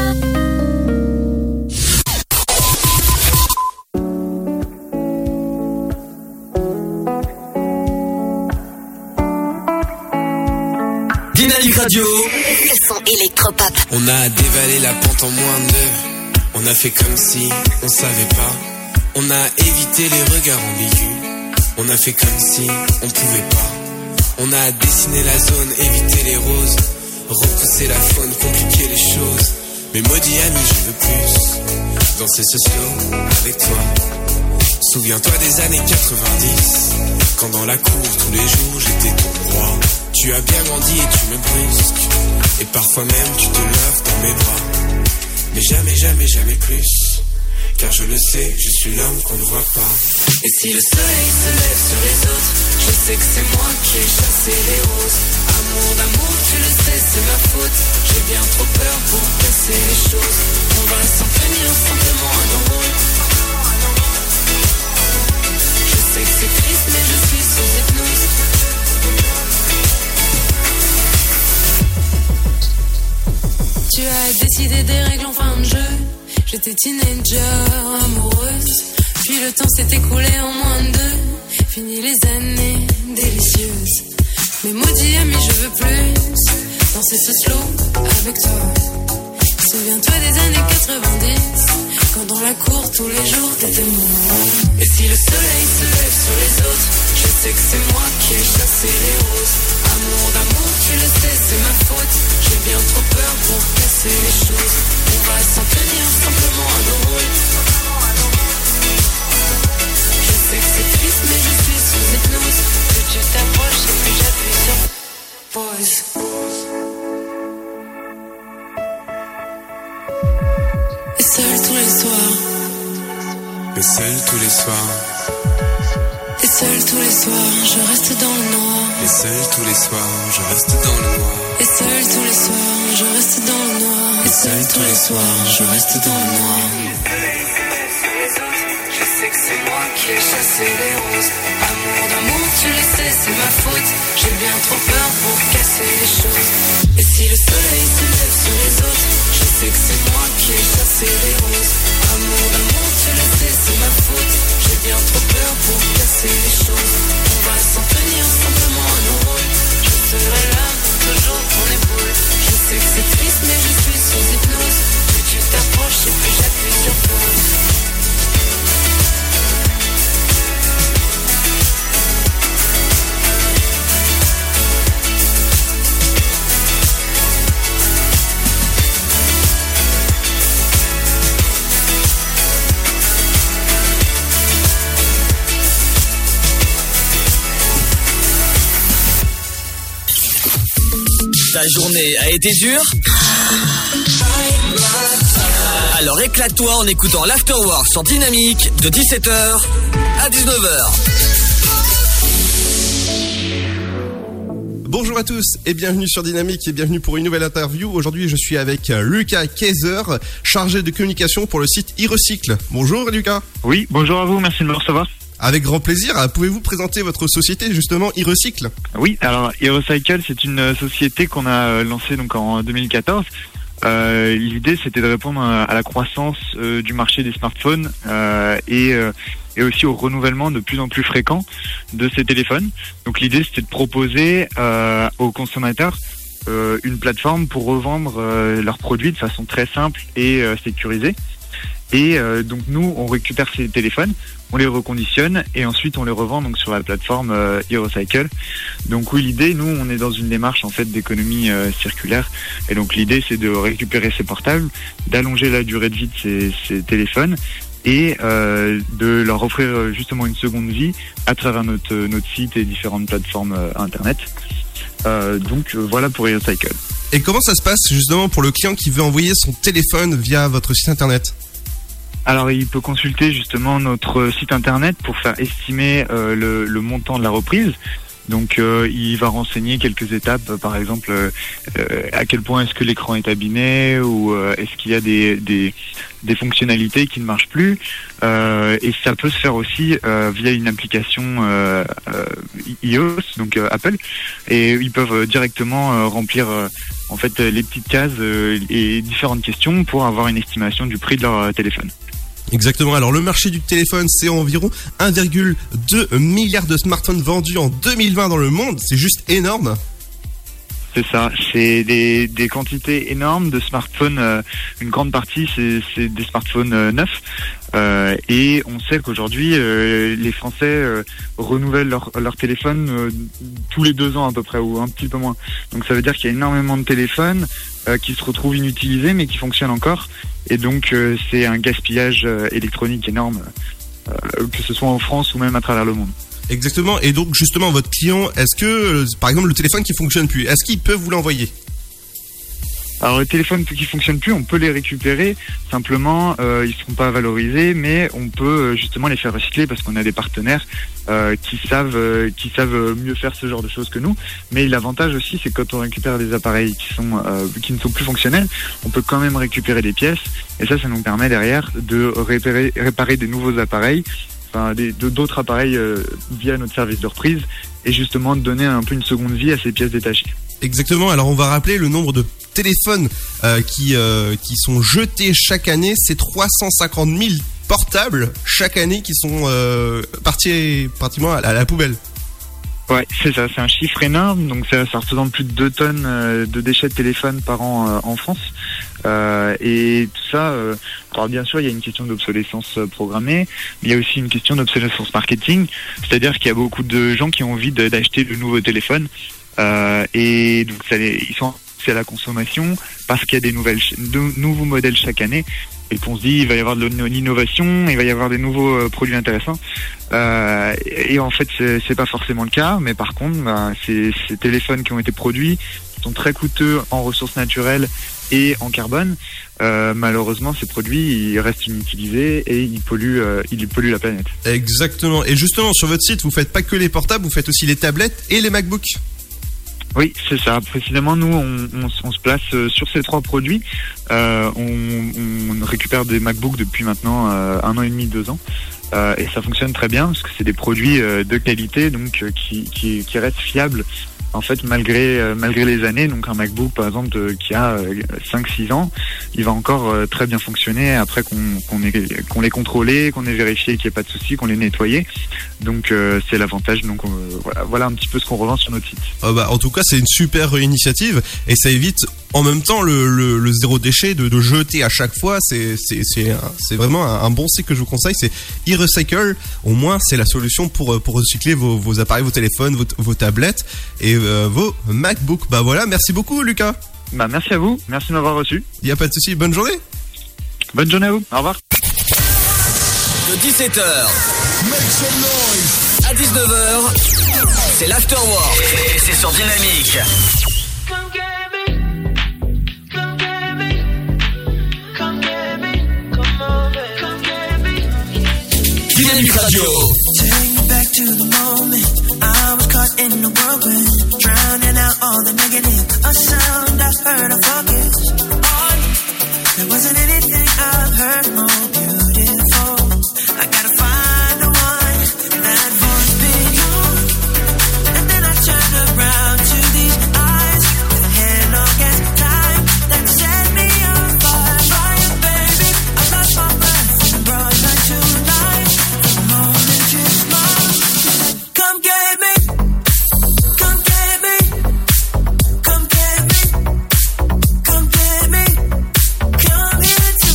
Speaker 3: Dynamique Radio.
Speaker 16: Le son électropop.
Speaker 9: On a dévalé la pente en moins de 2. On a fait comme si on savait pas. On a évité les regards ambigus. On a fait comme si on pouvait pas. On a dessiné la zone, évité les roses. Repousser la faune, compliquer les choses. Mais maudit ami, je veux plus danser ce slow avec toi. Souviens-toi des années 90, quand dans la cour tous les jours j'étais ton roi. Tu as bien grandi et tu me brusques, et parfois même tu te lèves dans mes bras. Mais jamais, jamais, jamais plus, car je le sais, je suis l'homme qu'on ne voit pas. Et si le soleil se lève sur les autres, je sais que c'est moi qui ai chassé les roses. Amour d'amour, tu le sais, c'est ma faute. J'ai bien trop peur pour casser les choses. On va s'en tenir simplement à nos rôles. Je sais que c'est triste, mais je suis sous hypnose. Tu as décidé des règles en fin de jeu. J'étais teenager, amoureuse. Puis le temps s'est écoulé en moins de 2. Fini les années délicieuses. Mais maudit ami, je veux plus danser ce slow avec toi. Souviens-toi des années 90, quand dans la cour tous les jours t'étais moi. Et si le soleil se lève sur les autres, je sais que c'est moi qui ai chassé les roses. Amour d'amour, tu le sais, c'est ma faute. J'ai bien trop peur pour casser les choses. On va s'en tenir simplement à nos rôles. Je sais que c'est triste, mais je suis sous hypnose. Plus tu t'approches et plus j'appuie sur pause. Et seul tous les soirs. Et seul tous les soirs. Et seul tous les soirs, je reste dans le noir. Et seul tous les soirs, je reste dans le noir. Et seul tous les soirs, je reste dans le noir. Et seul tous les soirs, je reste dans le noir. Je sais que c'est moi qui ai chassé les roses. Amour d'amour, tu le sais, c'est ma faute. J'ai bien trop peur pour casser les choses. Et si le soleil se lève sur les autres, je sais que c'est moi qui ai chassé les roses. Amour d'amour, tu le sais, c'est ma faute. J'ai bien trop peur pour casser les choses. On va s'en tenir simplement à nos rôles. Je serai là, toujours ton épaule. Je sais que c'est triste, mais je suis sous hypnose. Plus tu t'approches et plus j'appuie sur pause.
Speaker 3: Ta journée a été dure? Alors éclate-toi en écoutant l'Afterwork sur Dynamique de 17h à 19h.
Speaker 5: Bonjour à tous et bienvenue sur Dynamique et bienvenue pour une nouvelle interview. Aujourd'hui, je suis avec Lucas Kaiser, chargé de communication pour le site e-recycle. Bonjour Lucas.
Speaker 18: Oui, bonjour à vous, merci de me recevoir.
Speaker 5: Avec grand plaisir. Pouvez-vous présenter votre société justement e-recycle?
Speaker 18: Oui, alors e-recycle, c'est une société qu'on a lancée donc en 2014. L'idée, c'était de répondre à la croissance du marché des smartphones et aussi au renouvellement de plus en plus fréquent de ces téléphones. Donc l'idée, c'était de proposer aux consommateurs une plateforme pour revendre leurs produits de façon très simple et sécurisée. Et donc nous, on récupère ces téléphones, on les reconditionne et ensuite on les revend donc sur la plateforme e-Recycle. Donc oui, l'idée, nous, on est dans une démarche en fait d'économie circulaire. Et donc l'idée, c'est de récupérer ces portables, d'allonger la durée de vie de ces téléphones et de leur offrir justement une seconde vie à travers notre site et différentes plateformes internet. Donc voilà pour e-Recycle.
Speaker 5: Et comment ça se passe justement pour le client qui veut envoyer son téléphone via votre site internet ?
Speaker 18: Alors il peut consulter justement notre site internet pour faire estimer le montant de la reprise. Donc il va renseigner quelques étapes, par exemple à quel point est-ce que l'écran est abîmé ou est-ce qu'il y a des fonctionnalités qui ne marchent plus. Et ça peut se faire aussi via une application iOS, donc Apple. Et ils peuvent directement remplir en fait les petites cases et différentes questions pour avoir une estimation du prix de leur téléphone.
Speaker 5: Exactement. Alors le marché du téléphone, c'est environ 1,2 milliard de smartphones vendus en 2020 dans le monde. C'est juste énorme.
Speaker 18: C'est ça, c'est des quantités énormes de smartphones. Une grande partie, c'est des smartphones neufs. Et on sait qu'aujourd'hui, les Français renouvellent leur téléphone tous les 2 ans à peu près, ou un petit peu moins. Donc ça veut dire qu'il y a énormément de téléphones qui se retrouvent inutilisés, mais qui fonctionnent encore. Et donc c'est un gaspillage électronique énorme, que ce soit en France ou même à travers le monde.
Speaker 5: Exactement. Et donc justement, votre client, est-ce que, par exemple, le téléphone qui fonctionne plus, est-ce qu'il peut vous l'envoyer ?
Speaker 18: Alors les téléphones qui fonctionnent plus, on peut les récupérer. Simplement, ils seront pas valorisés, mais on peut justement les faire recycler parce qu'on a des partenaires qui savent mieux faire ce genre de choses que nous. Mais l'avantage aussi, c'est que quand on récupère des appareils qui ne sont plus fonctionnels, on peut quand même récupérer des pièces. Et ça nous permet derrière de réparer des nouveaux appareils. Enfin, d'autres appareils via notre service de reprise et justement de donner un peu une seconde vie à ces pièces détachées.
Speaker 5: Exactement. Alors on va rappeler le nombre de téléphones qui sont jetés chaque année. C'est 350 000 portables chaque année qui sont partis pratiquement à la poubelle.
Speaker 18: Ouais, c'est ça, c'est un chiffre énorme. Donc ça représente plus de 2 tonnes de déchets de téléphone par an en France. Et tout ça, alors bien sûr, il y a une question d'obsolescence programmée, mais il y a aussi une question d'obsolescence marketing. C'est-à-dire qu'il y a beaucoup de gens qui ont envie d'acheter de nouveaux téléphones. Et donc ils sont à la consommation parce qu'il y a de nouveaux modèles chaque année. Et qu'on se dit, il va y avoir de l'innovation, il va y avoir des nouveaux produits intéressants. Et en fait, c'est pas forcément le cas. Mais par contre, ces téléphones qui ont été produits sont très coûteux en ressources naturelles et en carbone. Malheureusement, ces produits, ils restent inutilisés et ils polluent la planète.
Speaker 5: Exactement. Et justement, sur votre site, vous faites pas que les portables, vous faites aussi les tablettes et les MacBooks.
Speaker 18: Oui, c'est ça. Précisément, nous, on se place sur ces 3 produits. On récupère des MacBooks depuis maintenant 1 an et demi, 2 ans. Et ça fonctionne très bien parce que c'est des produits de qualité, donc qui restent fiables. En fait, malgré les années, donc un MacBook par exemple qui a 5-6 ans, il va encore très bien fonctionner après qu'on l'ait contrôlé, qu'on ait vérifié qu'il n'y ait pas de souci, qu'on l'ait nettoyé. Donc c'est l'avantage. Donc voilà un petit peu ce qu'on revend sur notre site.
Speaker 5: En tout cas, c'est une super initiative et ça évite en même temps le zéro déchet de jeter à chaque fois. C'est vraiment un bon site que je vous conseille. C'est e-Recycle. Au moins, c'est la solution pour recycler vos appareils, vos téléphones, vos tablettes et vos MacBooks. Voilà, merci beaucoup Lucas.
Speaker 18: Merci à vous, merci de m'avoir reçu.
Speaker 5: Il n'y a pas de souci, bonne journée.
Speaker 18: Bonne journée à vous, au revoir.
Speaker 3: De 17h à 19h, c'est l'Afterwork et c'est sur Dynamique. Dynamique Radio.
Speaker 7: I was caught in the whirlwind, drowning out all the negative. A sound I heard, I focused on. There wasn't anything I've heard more beautiful. I gotta find the one that voice beyond. And then I turned around to these eyes with a hand on gas time that set me on fire. Fire, baby, I lost my breath and brought light to life. The moment you smiled, come get me. Come get me.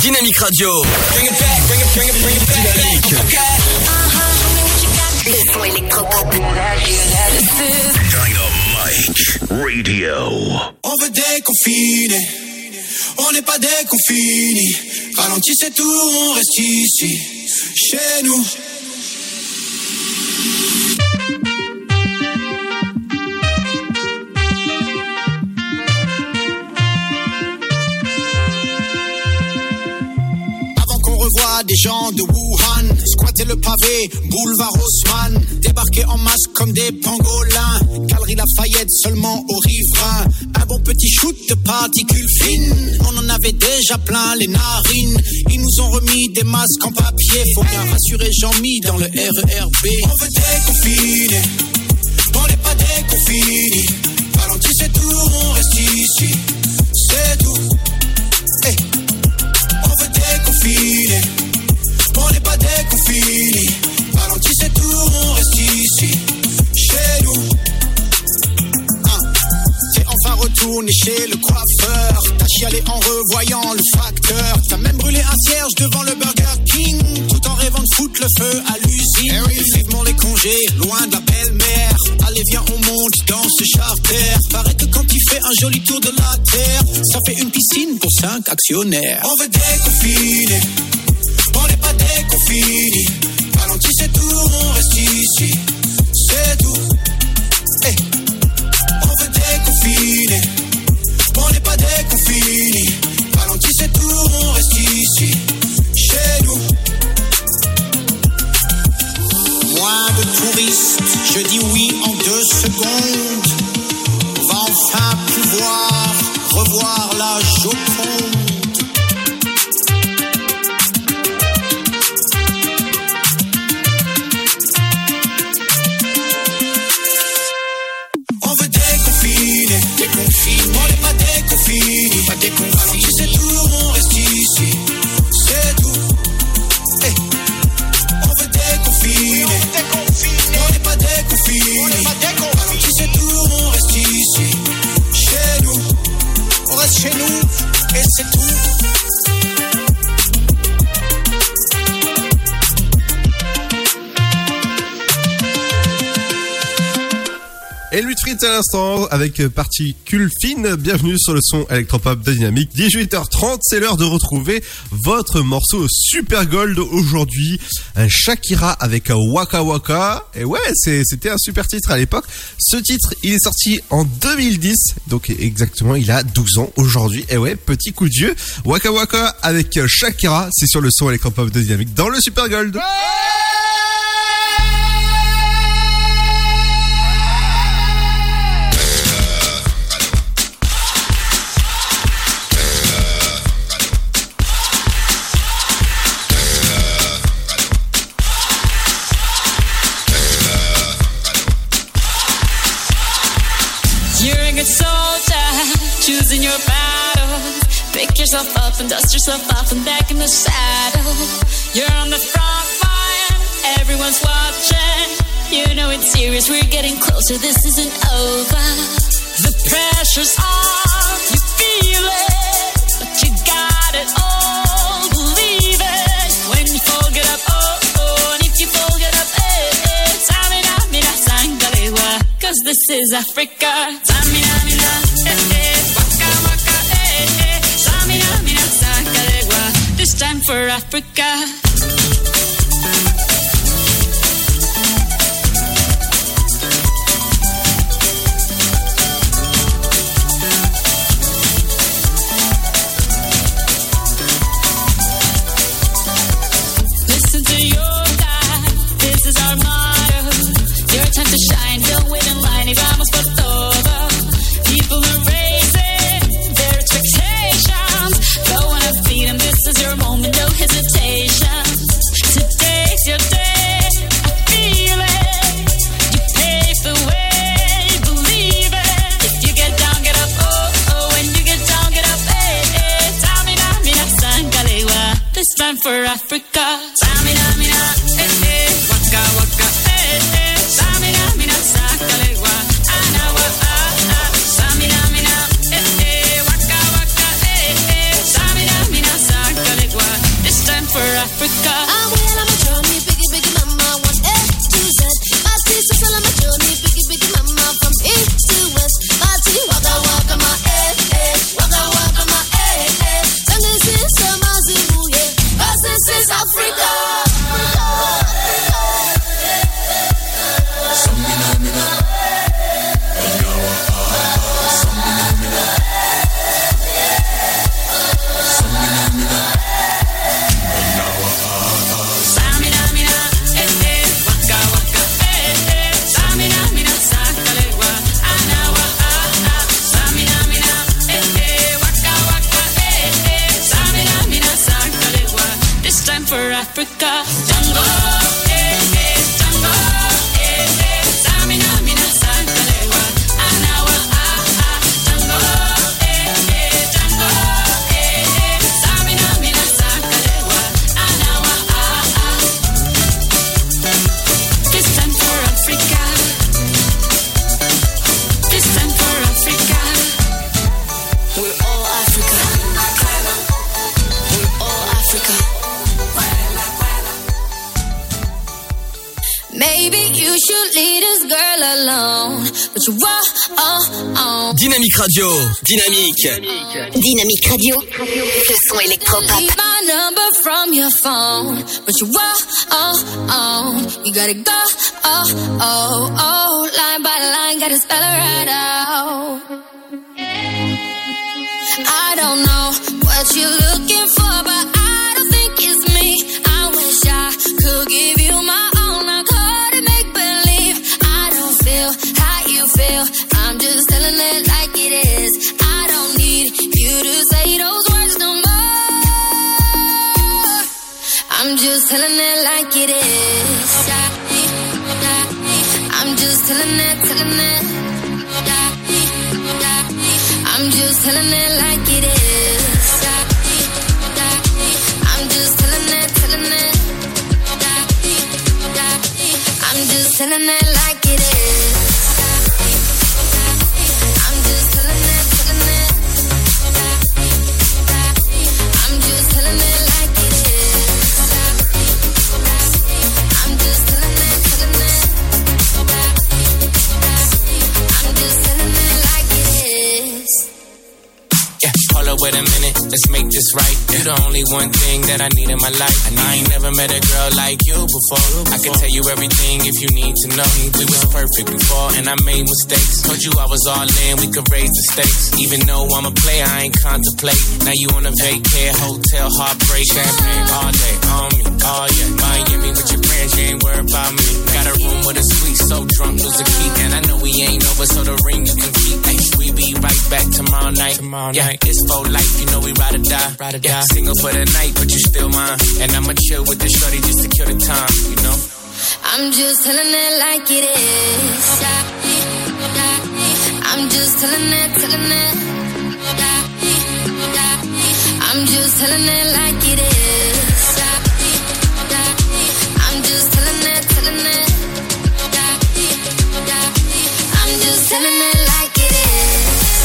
Speaker 3: Dynamique Radio.
Speaker 16: Dynamique. Le son électropop.
Speaker 19: Dynamique Radio.
Speaker 7: On veut déconfiner, on n'est pas déconfinés. Ralentissez tout, on reste ici, chez nous.
Speaker 20: Revois des gens de Wuhan squatter le pavé, boulevard Haussmann, débarquer en masse comme des pangolins. Galerie Lafayette seulement aux riverains. Un bon petit shoot de particules fines. On en avait déjà plein les narines. Ils nous ont remis des masques en papier. Faut bien rassurer Jean-Mi dans le RERB.
Speaker 7: On veut déconfiner, on n'est pas déconfinés. Ralentissez tout, on reste ici, c'est tout. Hey. On veut déconfiner, on n'est pas déconfinés. Ralentissez tout, on reste ici, chez nous.
Speaker 20: T'es enfin retourné chez le coiffeur. T'as chialé en revoyant le facteur. T'as même brûlé un cierge devant le Burger King, tout en rêvant de foutre le feu à l'usine. Vivement les congés, loin de la belle-mère. Allez viens on monte dans ce charter. Paraît que quand il fait un joli tour de la terre, ça fait une piscine pour 5 actionnaires.
Speaker 7: On veut déconfiner, on n'est pas déconfinés. Ralentissez tout, on reste ici, c'est tout. Hey. On veut déconfiner, on n'est pas déconfinés. Ralentissez tout, on reste ici, chez nous.
Speaker 20: Moins de touristes, je dis oui en 2 secondes. On va enfin pouvoir revoir la Joconde.
Speaker 7: On veut déconfiner, on n'est pas déconfinés. Ralentissez tout, on reste ici, c'est tout. Hey. On veut déconfiner, on n'est pas déconfinés. Ralentissez tout, on reste ici, chez nous.
Speaker 20: On reste chez nous et c'est tout.
Speaker 5: Et Lutfrit à l'instant avec Particules Fines. Bienvenue sur le son électropop de Dynamique. 18h30, c'est l'heure de retrouver votre morceau Super Gold aujourd'hui. Shakira avec Waka Waka. Et ouais, c'était un super titre à l'époque. Ce titre, il est sorti en 2010. Donc exactement, il a 12 ans aujourd'hui. Et ouais, petit coup de vieux. Waka Waka avec Shakira. C'est sur le son électropop de Dynamique dans le Super Gold.
Speaker 1: Choosing your battles, pick yourself up and dust yourself off and back in the saddle. You're on the front line, everyone's watching. You know it's serious, we're getting closer, this isn't over. The pressure's on, you feel it, but you got it all, believe it. When you fall, get up, oh, oh, and if you fall, get up, eh, eh. Samina, mina, sangalewa, 'cause this is Africa. Samina, mina, eh, eh. This time for Africa. Listen to your God, this is our motto. Your time to shine, don't wait in line, y vamos por todo. People are raising their expectations. Go on a feed and this is your moment, no hesitation. Today's your day, I feel it. You pave the way, believe it. If you get down, get up, oh, oh. When you get down, get up, eh, eh. Samina, mina, sangalewa. This time for Africa. Samina, mina, eh, eh. Waka, waka, eh, eh. Samina, mina, sangalewa. Anawa, ah, ah. Samina, mina, eh, eh. Waka, waka, eh, eh. Samina, mina, sangalewa. Africa. I'm well on my journey, biggie, biggie, mama, one A to Z. My sister's well on my journey, biggie, biggie, mama, from east to west. My T, waka, waka, my waka, waka, my This is Amazulu, yeah. This is Africa. Africa, Django, Django, Samina, Mina, Sakalewa, Anawa, Django, Django, Samina, Mina, Sakalewa, Anawa, This time for Africa, this time for Africa, we're all Africa, we're all Africa. Maybe you should leave this girl alone, but you on.
Speaker 3: Dynamique Radio, Dynamique.
Speaker 16: Dynamique Radio, le son électropop.
Speaker 1: Keep my number from your phone, but you on. You gotta go, line by line, gotta spell it right out. I don't know what you're looking for, but I don't think it's me. I wish I could give you my all. I couldn't make believe. I don't feel how you feel. I'm just telling it like it is. I don't need you to say those words no more. I'm just telling it like it is. I'm just telling it. I'm just telling it like it is. I'm just telling it. I'm just telling it like it is. I'm just telling it. I'm just telling it like it is. I'm just telling it. I'm just telling it like it is.
Speaker 21: Yeah, hold up, wait a minute, let's make this right. You're the only one thing that I need in my life. I ain't never met a girl like you before. I can tell you everything if you need to know. We was perfect before and I made mistakes. Told you I was all in, we could raise the stakes. Even though I'm a player, I ain't contemplate. Now you on a vacay, hotel, heartbreak. Champagne all day, on me, oh yeah. Miami with your friends, you ain't worried about me. Got a room with a suite, so drunk, lose a key. And I know we ain't over, so the ring you can keep. Ay, we be right back tomorrow night. Yeah, it's for life, you know we ride or die. Yeah, single for the night, but you still mine. And I'ma chill with the shorty just to kill the time, you know.
Speaker 1: I'm just telling it like it is. I'm just telling it. I'm just telling it like it is. I'm just telling it. I'm just telling it like it is.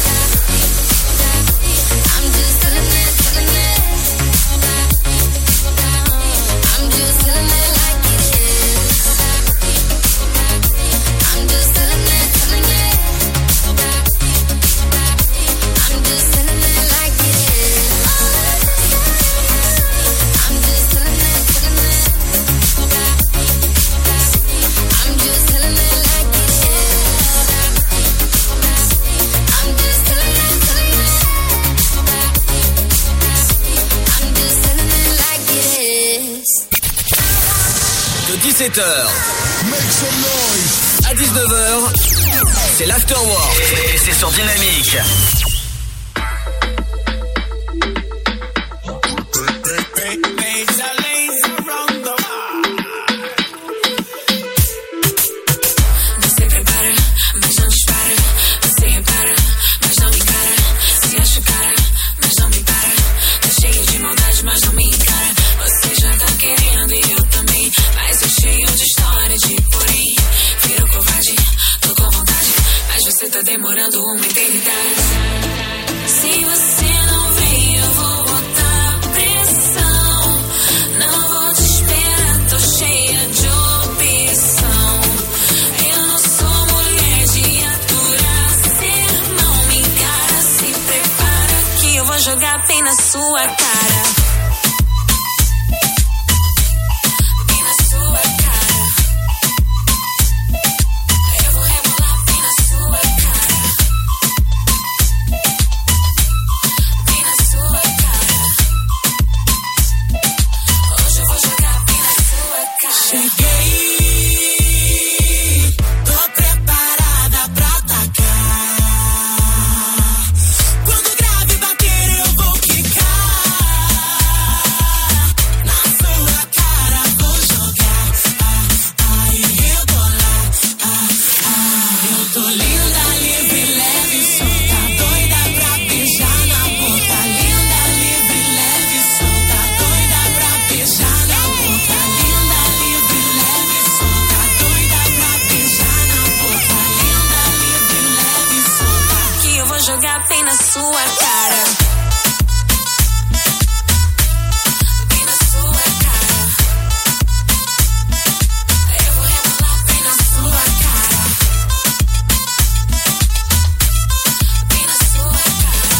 Speaker 1: I'm just telling it. I'm just telling it like it is. I'm just telling it. I'm just telling it like it is. I'm just telling it. I'm just telling it like it is. I'm just telling it. I'm just telling it like it is.
Speaker 3: De 17h à 19h, c'est l'Afterwork et c'est sur Dynamique.
Speaker 1: Você prepara, mas não dispara. Você repara, mas não me encara. Se acha cara, mas não me para. Tá cheio de maldade, mas não me encara. Você já tá querendo e eu também. Mas eu cheio de história, de porém. Virou covarde, tô com vontade. Mas você tá demorando uma eternidade. jogar bem na sua cara. Bem na sua cara. Eu vou rebolar bem na sua cara. Bem na sua cara. Hoje eu vou jogar bem na sua cara. Cheguei. Tô preparada pra atacar. Quando o grave bater eu vou quicar. Na sua cara vou jogar. Ai, rebolar. Eu tô linda, livre, leve, solta. Doida pra beijar na boca. Linda, livre, leve, solta. Doida pra beijar na boca. Linda, livre, leve, solta. Doida pra beijar na boca. Linda, livre, leve, solta. Que eu vou jogar bem na sua cara. Bem na sua cara. Eu vou rebolar bem na sua cara. Bem na sua cara.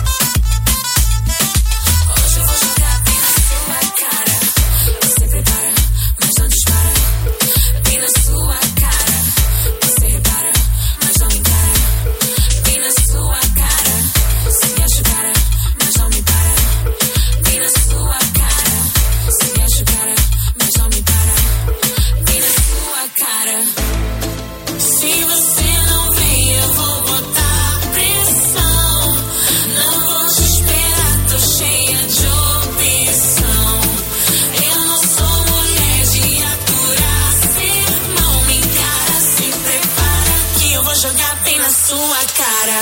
Speaker 1: Hoje eu vou jogar bem na sua cara. Você prepara, mas não dispara. Bem na sua cara. Você repara, mas não encara. Bem na sua cara. Se me acha cara, mas não me para. Bem na sua cara. Se me acha cara, mas não me para. Bem na sua cara. Se você não vem, eu vou botar pressão. Não vou te esperar, tô cheia de opção. Eu não sou mulher de aturar sermão. Me encara, se prepara, que eu vou jogar bem na sua cara.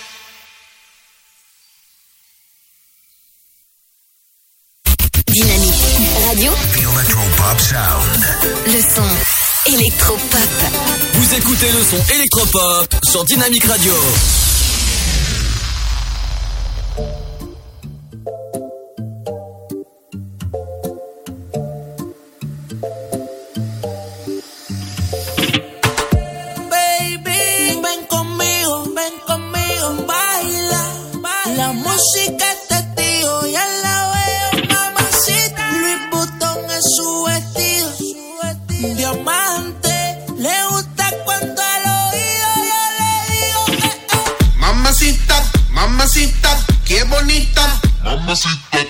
Speaker 16: Dynamique Radio,
Speaker 19: The Electropop Sound.
Speaker 16: le son électropop.
Speaker 3: Vous écoutez le son électropop sur Dynamique Radio.
Speaker 7: Baby, ven conmigo, baila. La música es testigo, ya la veo, mamacita. Louis Vuitton es su vestido, diamante. Le gusta cuando al oído yo le digo
Speaker 10: Mamacita, mamacita, qué bonita. Mamacita.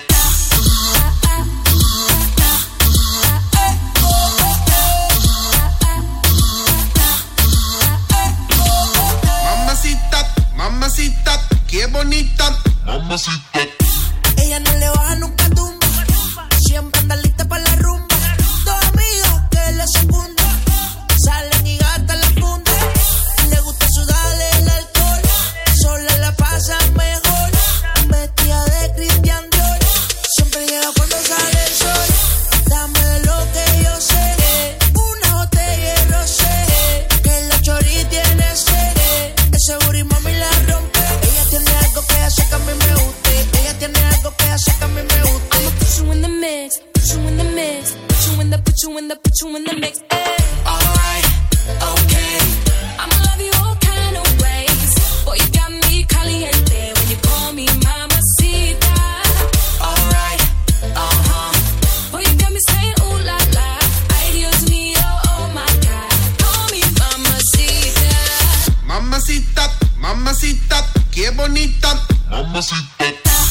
Speaker 10: Mamacita, mamacita, qué bonita. Mamacita.
Speaker 7: Ella no le baja nunca tumba, siempre anda lista para la rumba. Dos amigas que le secundan, salen y gastan la funda. Le gusta sudarle el alcohol, sola la pasa mejor. Vestida de Christian Dior, siempre llega cuando sale el sol. Dame de lo que yo sé, una botella de rosé, que la chori tiene sed. Ese booty mami la rompe. Ella tiene algo que hace que a mí me guste. Ella tiene algo que hace que a mí me guste.
Speaker 1: I'ma put you in the mix, put you in the mix, put you in the, put you in the, put you in the mix. Alright, okay. I'ma love you all kind of ways. Boy, you got me caliente when you call me mamacita. Alright, boy, you got me saying ooh la la. Ay, Dios mío, oh my God. Call me mamacita.
Speaker 10: Mamacita, mamacita, qué bonita. Mamacita.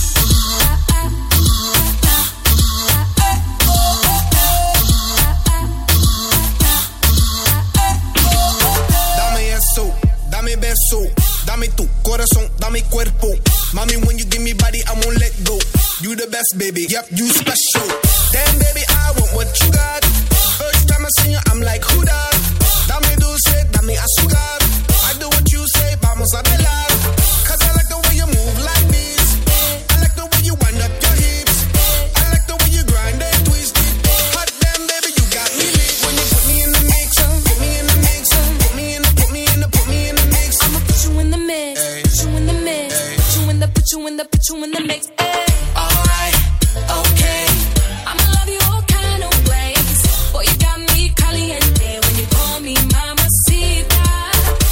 Speaker 20: Dame eso, dame beso, dame tu corazón, dame cuerpo. Mami, when you give me body, I won't let go. You the best, baby, yep, you special. Damn, baby, I want what you got. First time I seen you, I'm like, who that? Dame dulce, dame azúcar. I do what you say, vamos a bailar. Cause I like the way you move like this. I like the way you wind up your hips. I like the way you grind and twist it. Hot damn, baby, you got me lit. When you put me in the mix, put me in the mix, put me in the, put me in the, put me in the mix.
Speaker 1: I'ma put you in the mix, put you in the mix, put you in the, put you in the, put you in the mix. Alright, okay. I'ma love you all kind of ways. Boy, you got me caliente when you call me mamacita.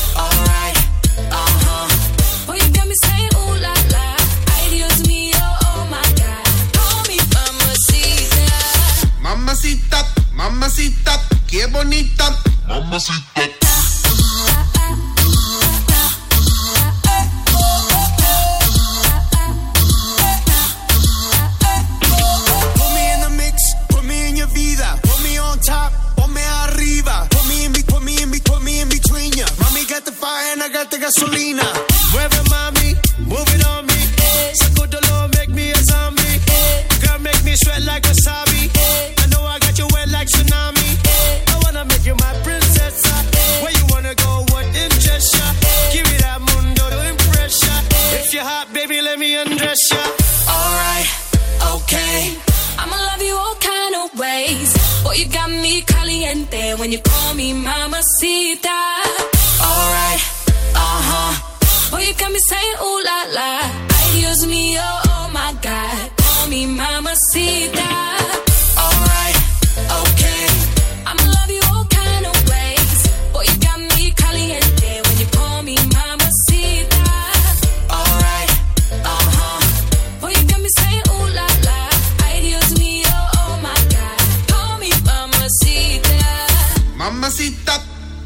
Speaker 2: Gasolina, mueve mami, move it on me. Saco dolor, make me a zombie. Girl, make me sweat like wasabi. I know I got you wet like tsunami. I wanna make you my princess. Where you wanna go? What interests ya? Give me that mundo to impress ya. If you're hot, baby, let me undress ya.
Speaker 1: Alright, okay. I'ma love you all kind of ways. Boy, you got me caliente when you call me mamacita. Alright. Boy, you got me saying ooh la la. Ay, Dios mío, oh my God. Call me mamacita. Alright, okay. I'ma love you all kind of ways. Boy, you got me caliente when you call me mamacita. Alright, boy, you got me saying ooh la la. Ay, Dios mío, oh my God. Call me mamacita.
Speaker 10: Mamacita.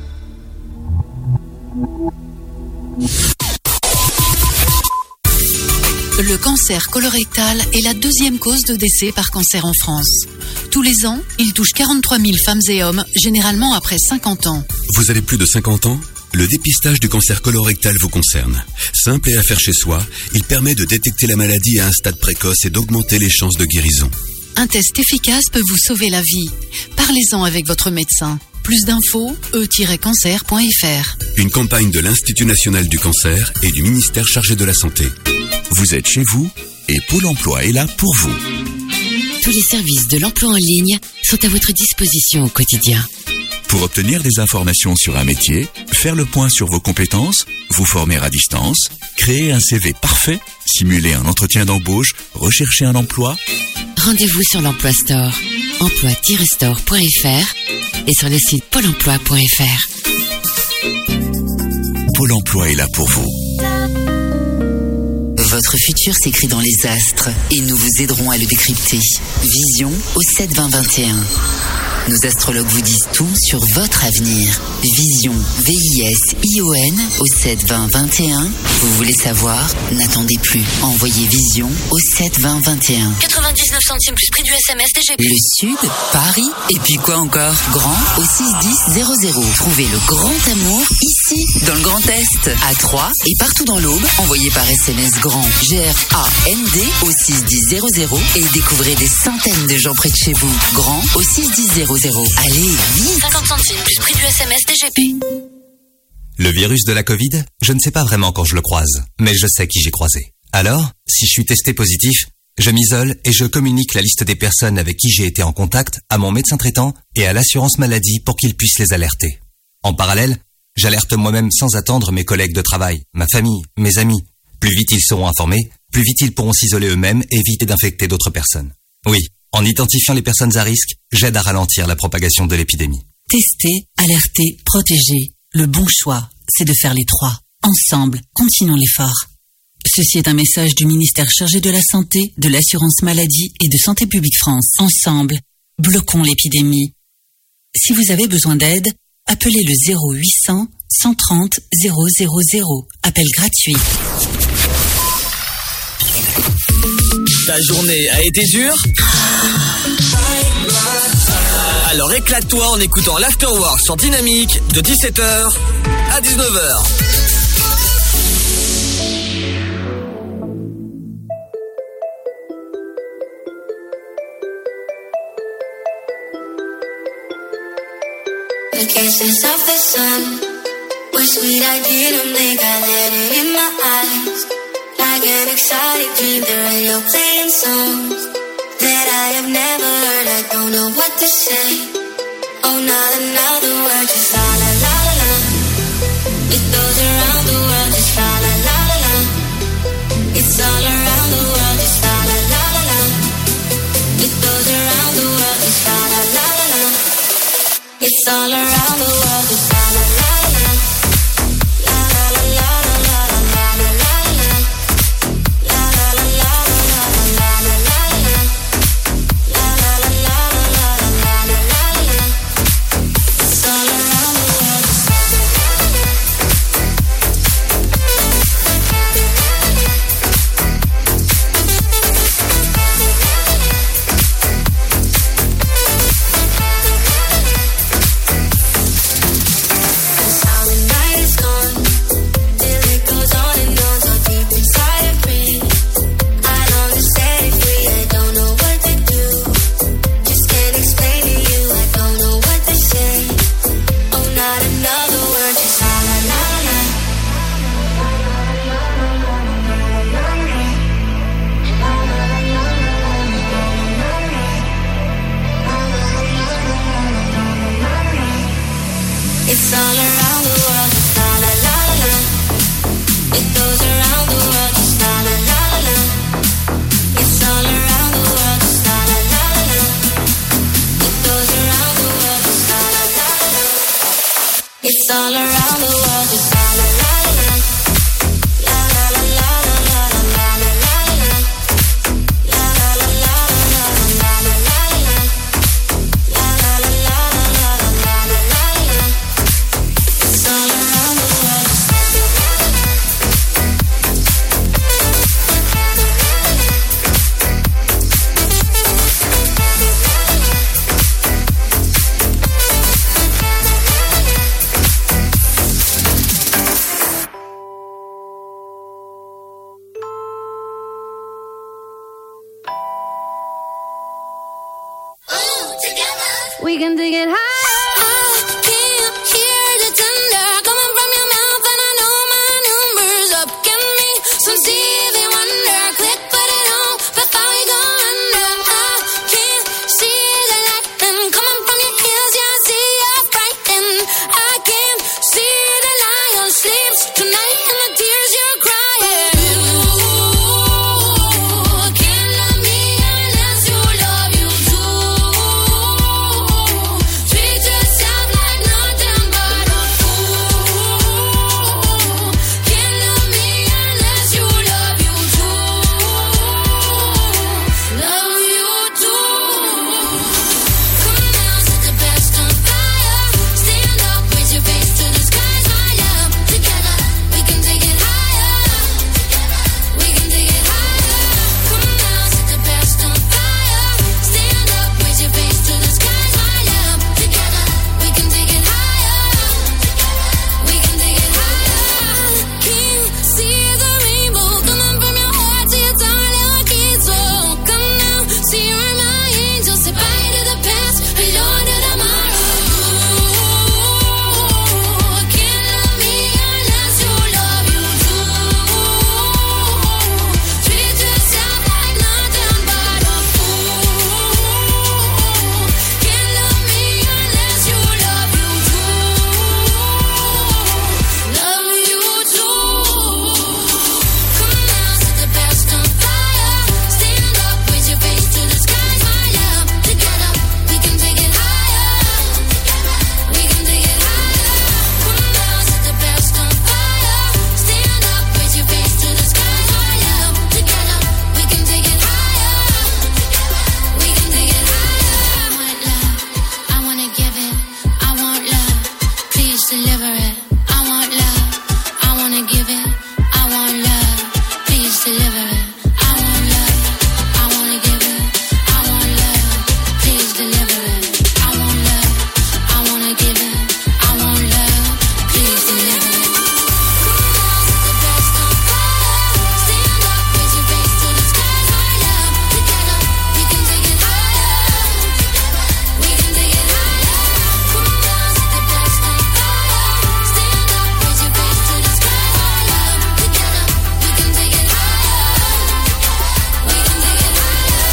Speaker 13: Le cancer colorectal est la deuxième cause de décès par cancer en France. Tous les ans, il touche 43 000 femmes et hommes, généralement après 50 ans.
Speaker 14: Vous avez plus de 50 ans ? Le dépistage du cancer colorectal vous concerne. Simple et à faire chez soi, il permet de détecter la maladie à un stade précoce et d'augmenter les chances de guérison.
Speaker 13: Un test efficace peut vous sauver la vie. Parlez-en avec votre médecin. Plus d'infos, e-cancer.fr.
Speaker 14: Une campagne de l'Institut national du cancer et du ministère chargé de la santé.
Speaker 8: Vous êtes chez vous et Pôle emploi est là pour vous.
Speaker 4: Tous les services de l'emploi en ligne sont à votre disposition au quotidien.
Speaker 8: Pour obtenir des informations sur un métier, faire le point sur vos compétences, vous former à distance, créer un CV parfait, simuler un entretien d'embauche, rechercher un emploi.
Speaker 4: Rendez-vous sur l'Emploi Store, emploi-store.fr et sur le site pôle emploi.fr.
Speaker 8: Pôle emploi est là pour vous.
Speaker 11: Votre futur s'écrit dans les astres et nous vous aiderons à le décrypter. Vision au 7-20-21. Nos astrologues vous disent tout sur votre avenir. Vision, V-I-S-I-O-N au 7-20-21. Vous voulez savoir? N'attendez plus. Envoyez Vision au 7-20-21.
Speaker 16: 99 centimes plus prix du SMS DGP.
Speaker 11: Le Sud, Paris, et puis quoi encore? Grand au 61000. Trouvez le grand amour ici, dans le Grand Est, à Troyes et partout dans l'Aube. Envoyez par SMS grand G-R-A-N-D au 61000 et découvrez des centaines de gens près de chez vous. Grand au 61000. Allez, vite!
Speaker 16: 50 centimes plus prix du SMS DGP.
Speaker 15: Le virus de la Covid, je ne sais pas vraiment quand je le croise, mais je sais qui j'ai croisé. Alors, si je suis testé positif, je m'isole et je communique la liste des personnes avec qui j'ai été en contact à mon médecin traitant et à l'assurance maladie pour qu'ils puissent les alerter. En parallèle, j'alerte moi-même sans attendre mes collègues de travail, ma famille, mes amis. Plus vite ils seront informés, plus vite ils pourront s'isoler eux-mêmes et éviter d'infecter d'autres personnes. Oui, en identifiant les personnes à risque, j'aide à ralentir la propagation de l'épidémie.
Speaker 12: Tester, alerter, protéger. Le bon choix, c'est de faire les trois. Ensemble, continuons l'effort. Ceci est un message du ministère chargé de la Santé, de l'Assurance Maladie et de Santé Publique France. Ensemble, bloquons l'épidémie. Si vous avez besoin d'aide, appelez le 0800 130 000. Appel gratuit.
Speaker 3: Ta journée a été dure? Alors éclate-toi en écoutant l'Afterwork sur Dynamique de 17h à 19h.
Speaker 1: The kisses of the sun were sweet, I didn't think I let it in my eyes. Like an exotic dream, the radio playing songs that I have never heard. I don't know what to say. Oh, not another word, just la la la la la. It goes around the world, just la la la la la. It's all around the world, just la la la la la. It goes around the world, just la la la la la. It's all around the world, just la la la la la. La la la la la la la la la la. La la la la la la la la la. La la la la la la la la la. It's all around the world. It's all around the world. It's all around the world. We can take it high. I can hear the thunder coming from your mouth, and I know my number's up. Give me some Stevie Wonder, click, put it on before we go under. I can see the lightning coming from your ears, yeah, I see you're frightened. I can see the lion sleeps tonight and the tears you're crying. Ooh, can't love me unless you love you too. Treat yourself like nothing but a fool. Can't love me unless you love you too. Love you too. Come now, set the best on fire. Stand up, raise your face to the skies, high up. Together, we can take it higher. We can take it higher. Come now, set the best on fire. Stand up, raise your face to the skies, high up. Together, we can take it higher. We can take it higher. Can see the rainbow coming from your heart, see it's all like it's all. Come now, see you're my angel. Say bye to the past, hello to tomorrow. Can't love me unless you love you too. Treat yourself like nothing but a fool. Can't love me unless you love you too. Love you too. Come now, set the best on fire. Stand up, raise your face to the skies, high up. Together, we can take it higher. We can take it higher. Come now, set the best on fire. Stand up, raise your face to the skies, high up. Together, we can take it higher. We can take it higher. I want love, I wanna give it. I want love, please deliver it. I want love, I wanna give it. I want love, please deliver it. I want love, I wanna give it. I want love, please deliver it. I want love, I wanna give it. I want love, please deliver it. Come on, set the best on fire. Stand up, raise your face to the skies, high up. Together, we can take it higher. We can take it higher. Come on, set the best on fire. Stand up, raise your face to the skies, high up. Together, we can take it higher. We can take it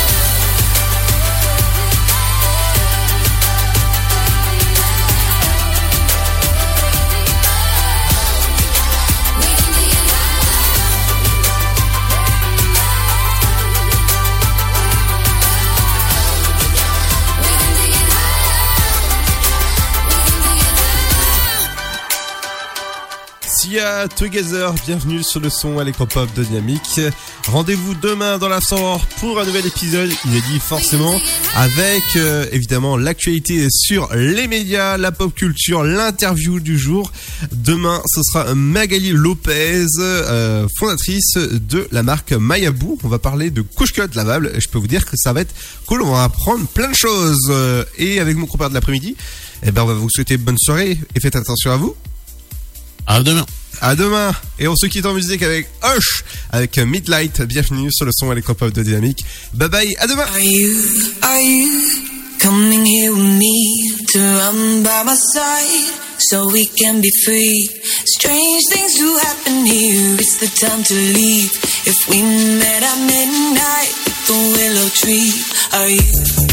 Speaker 5: Sia Together, bienvenue sur le son électropop de Dynamique. Rendez-vous demain dans l'Afterworld pour un nouvel épisode inédit forcément, avec évidemment l'actualité sur les médias, la pop culture, l'interview du jour. Demain, ce sera Magali Lopez, fondatrice de la marque Mayabou. On va parler de couche-culottes lavables. Je peux vous dire que ça va être cool, on va apprendre plein de choses. Et avec mon compère de l'après-midi, on va vous souhaiter bonne soirée et faites attention à vous.
Speaker 10: À demain.
Speaker 5: À demain. Et on se quitte en musique avec Hush, avec Midlight. Bienvenue sur le son électropop de Dynamique. Bye bye, à demain.
Speaker 7: Are you coming here with me to run by my side so we can be free? Strange things do happen here, it's the time to leave. If we met at midnight at the willow tree, are you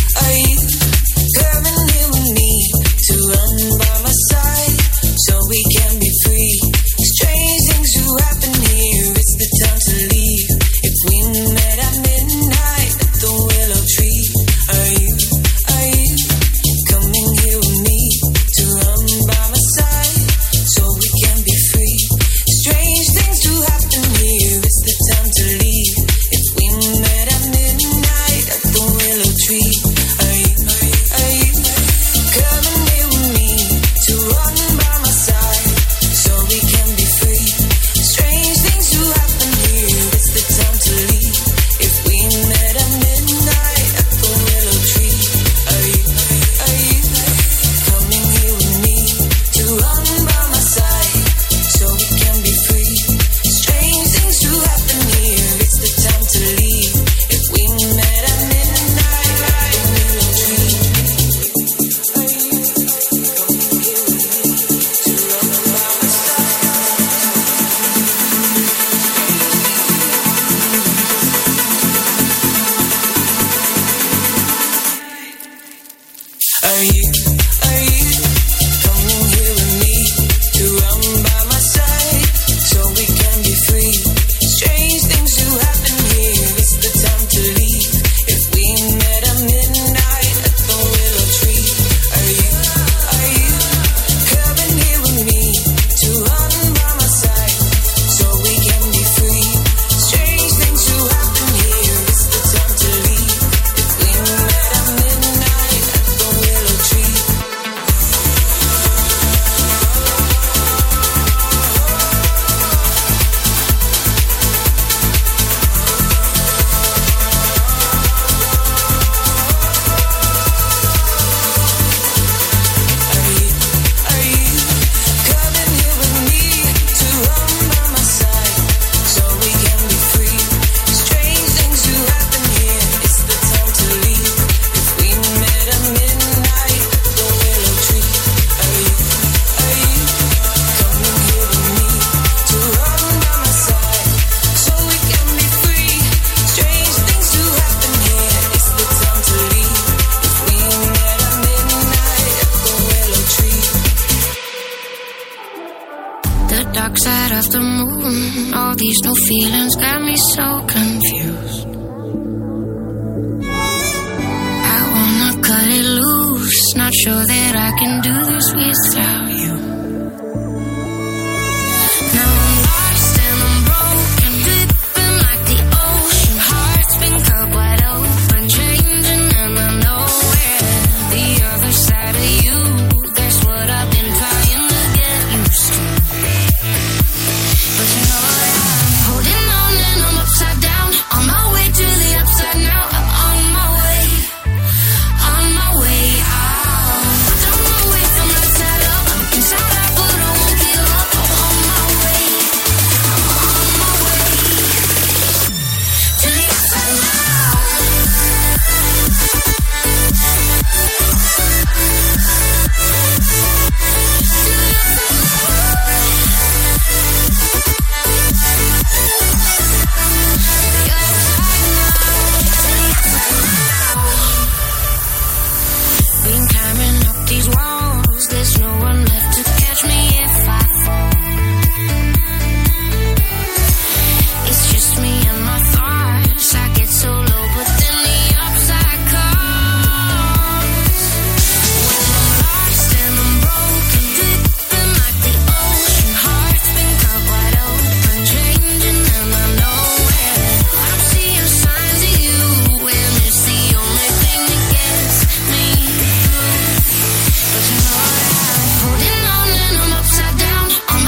Speaker 7: coming here with me to run by my side so we can be free? Strange things do happen here, it's the time to leave. If we met at midnight at the willow tree, are you coming here with me to run by my side
Speaker 1: these new feelings got me so confused. I wanna cut it loose, not sure that I can do this without you.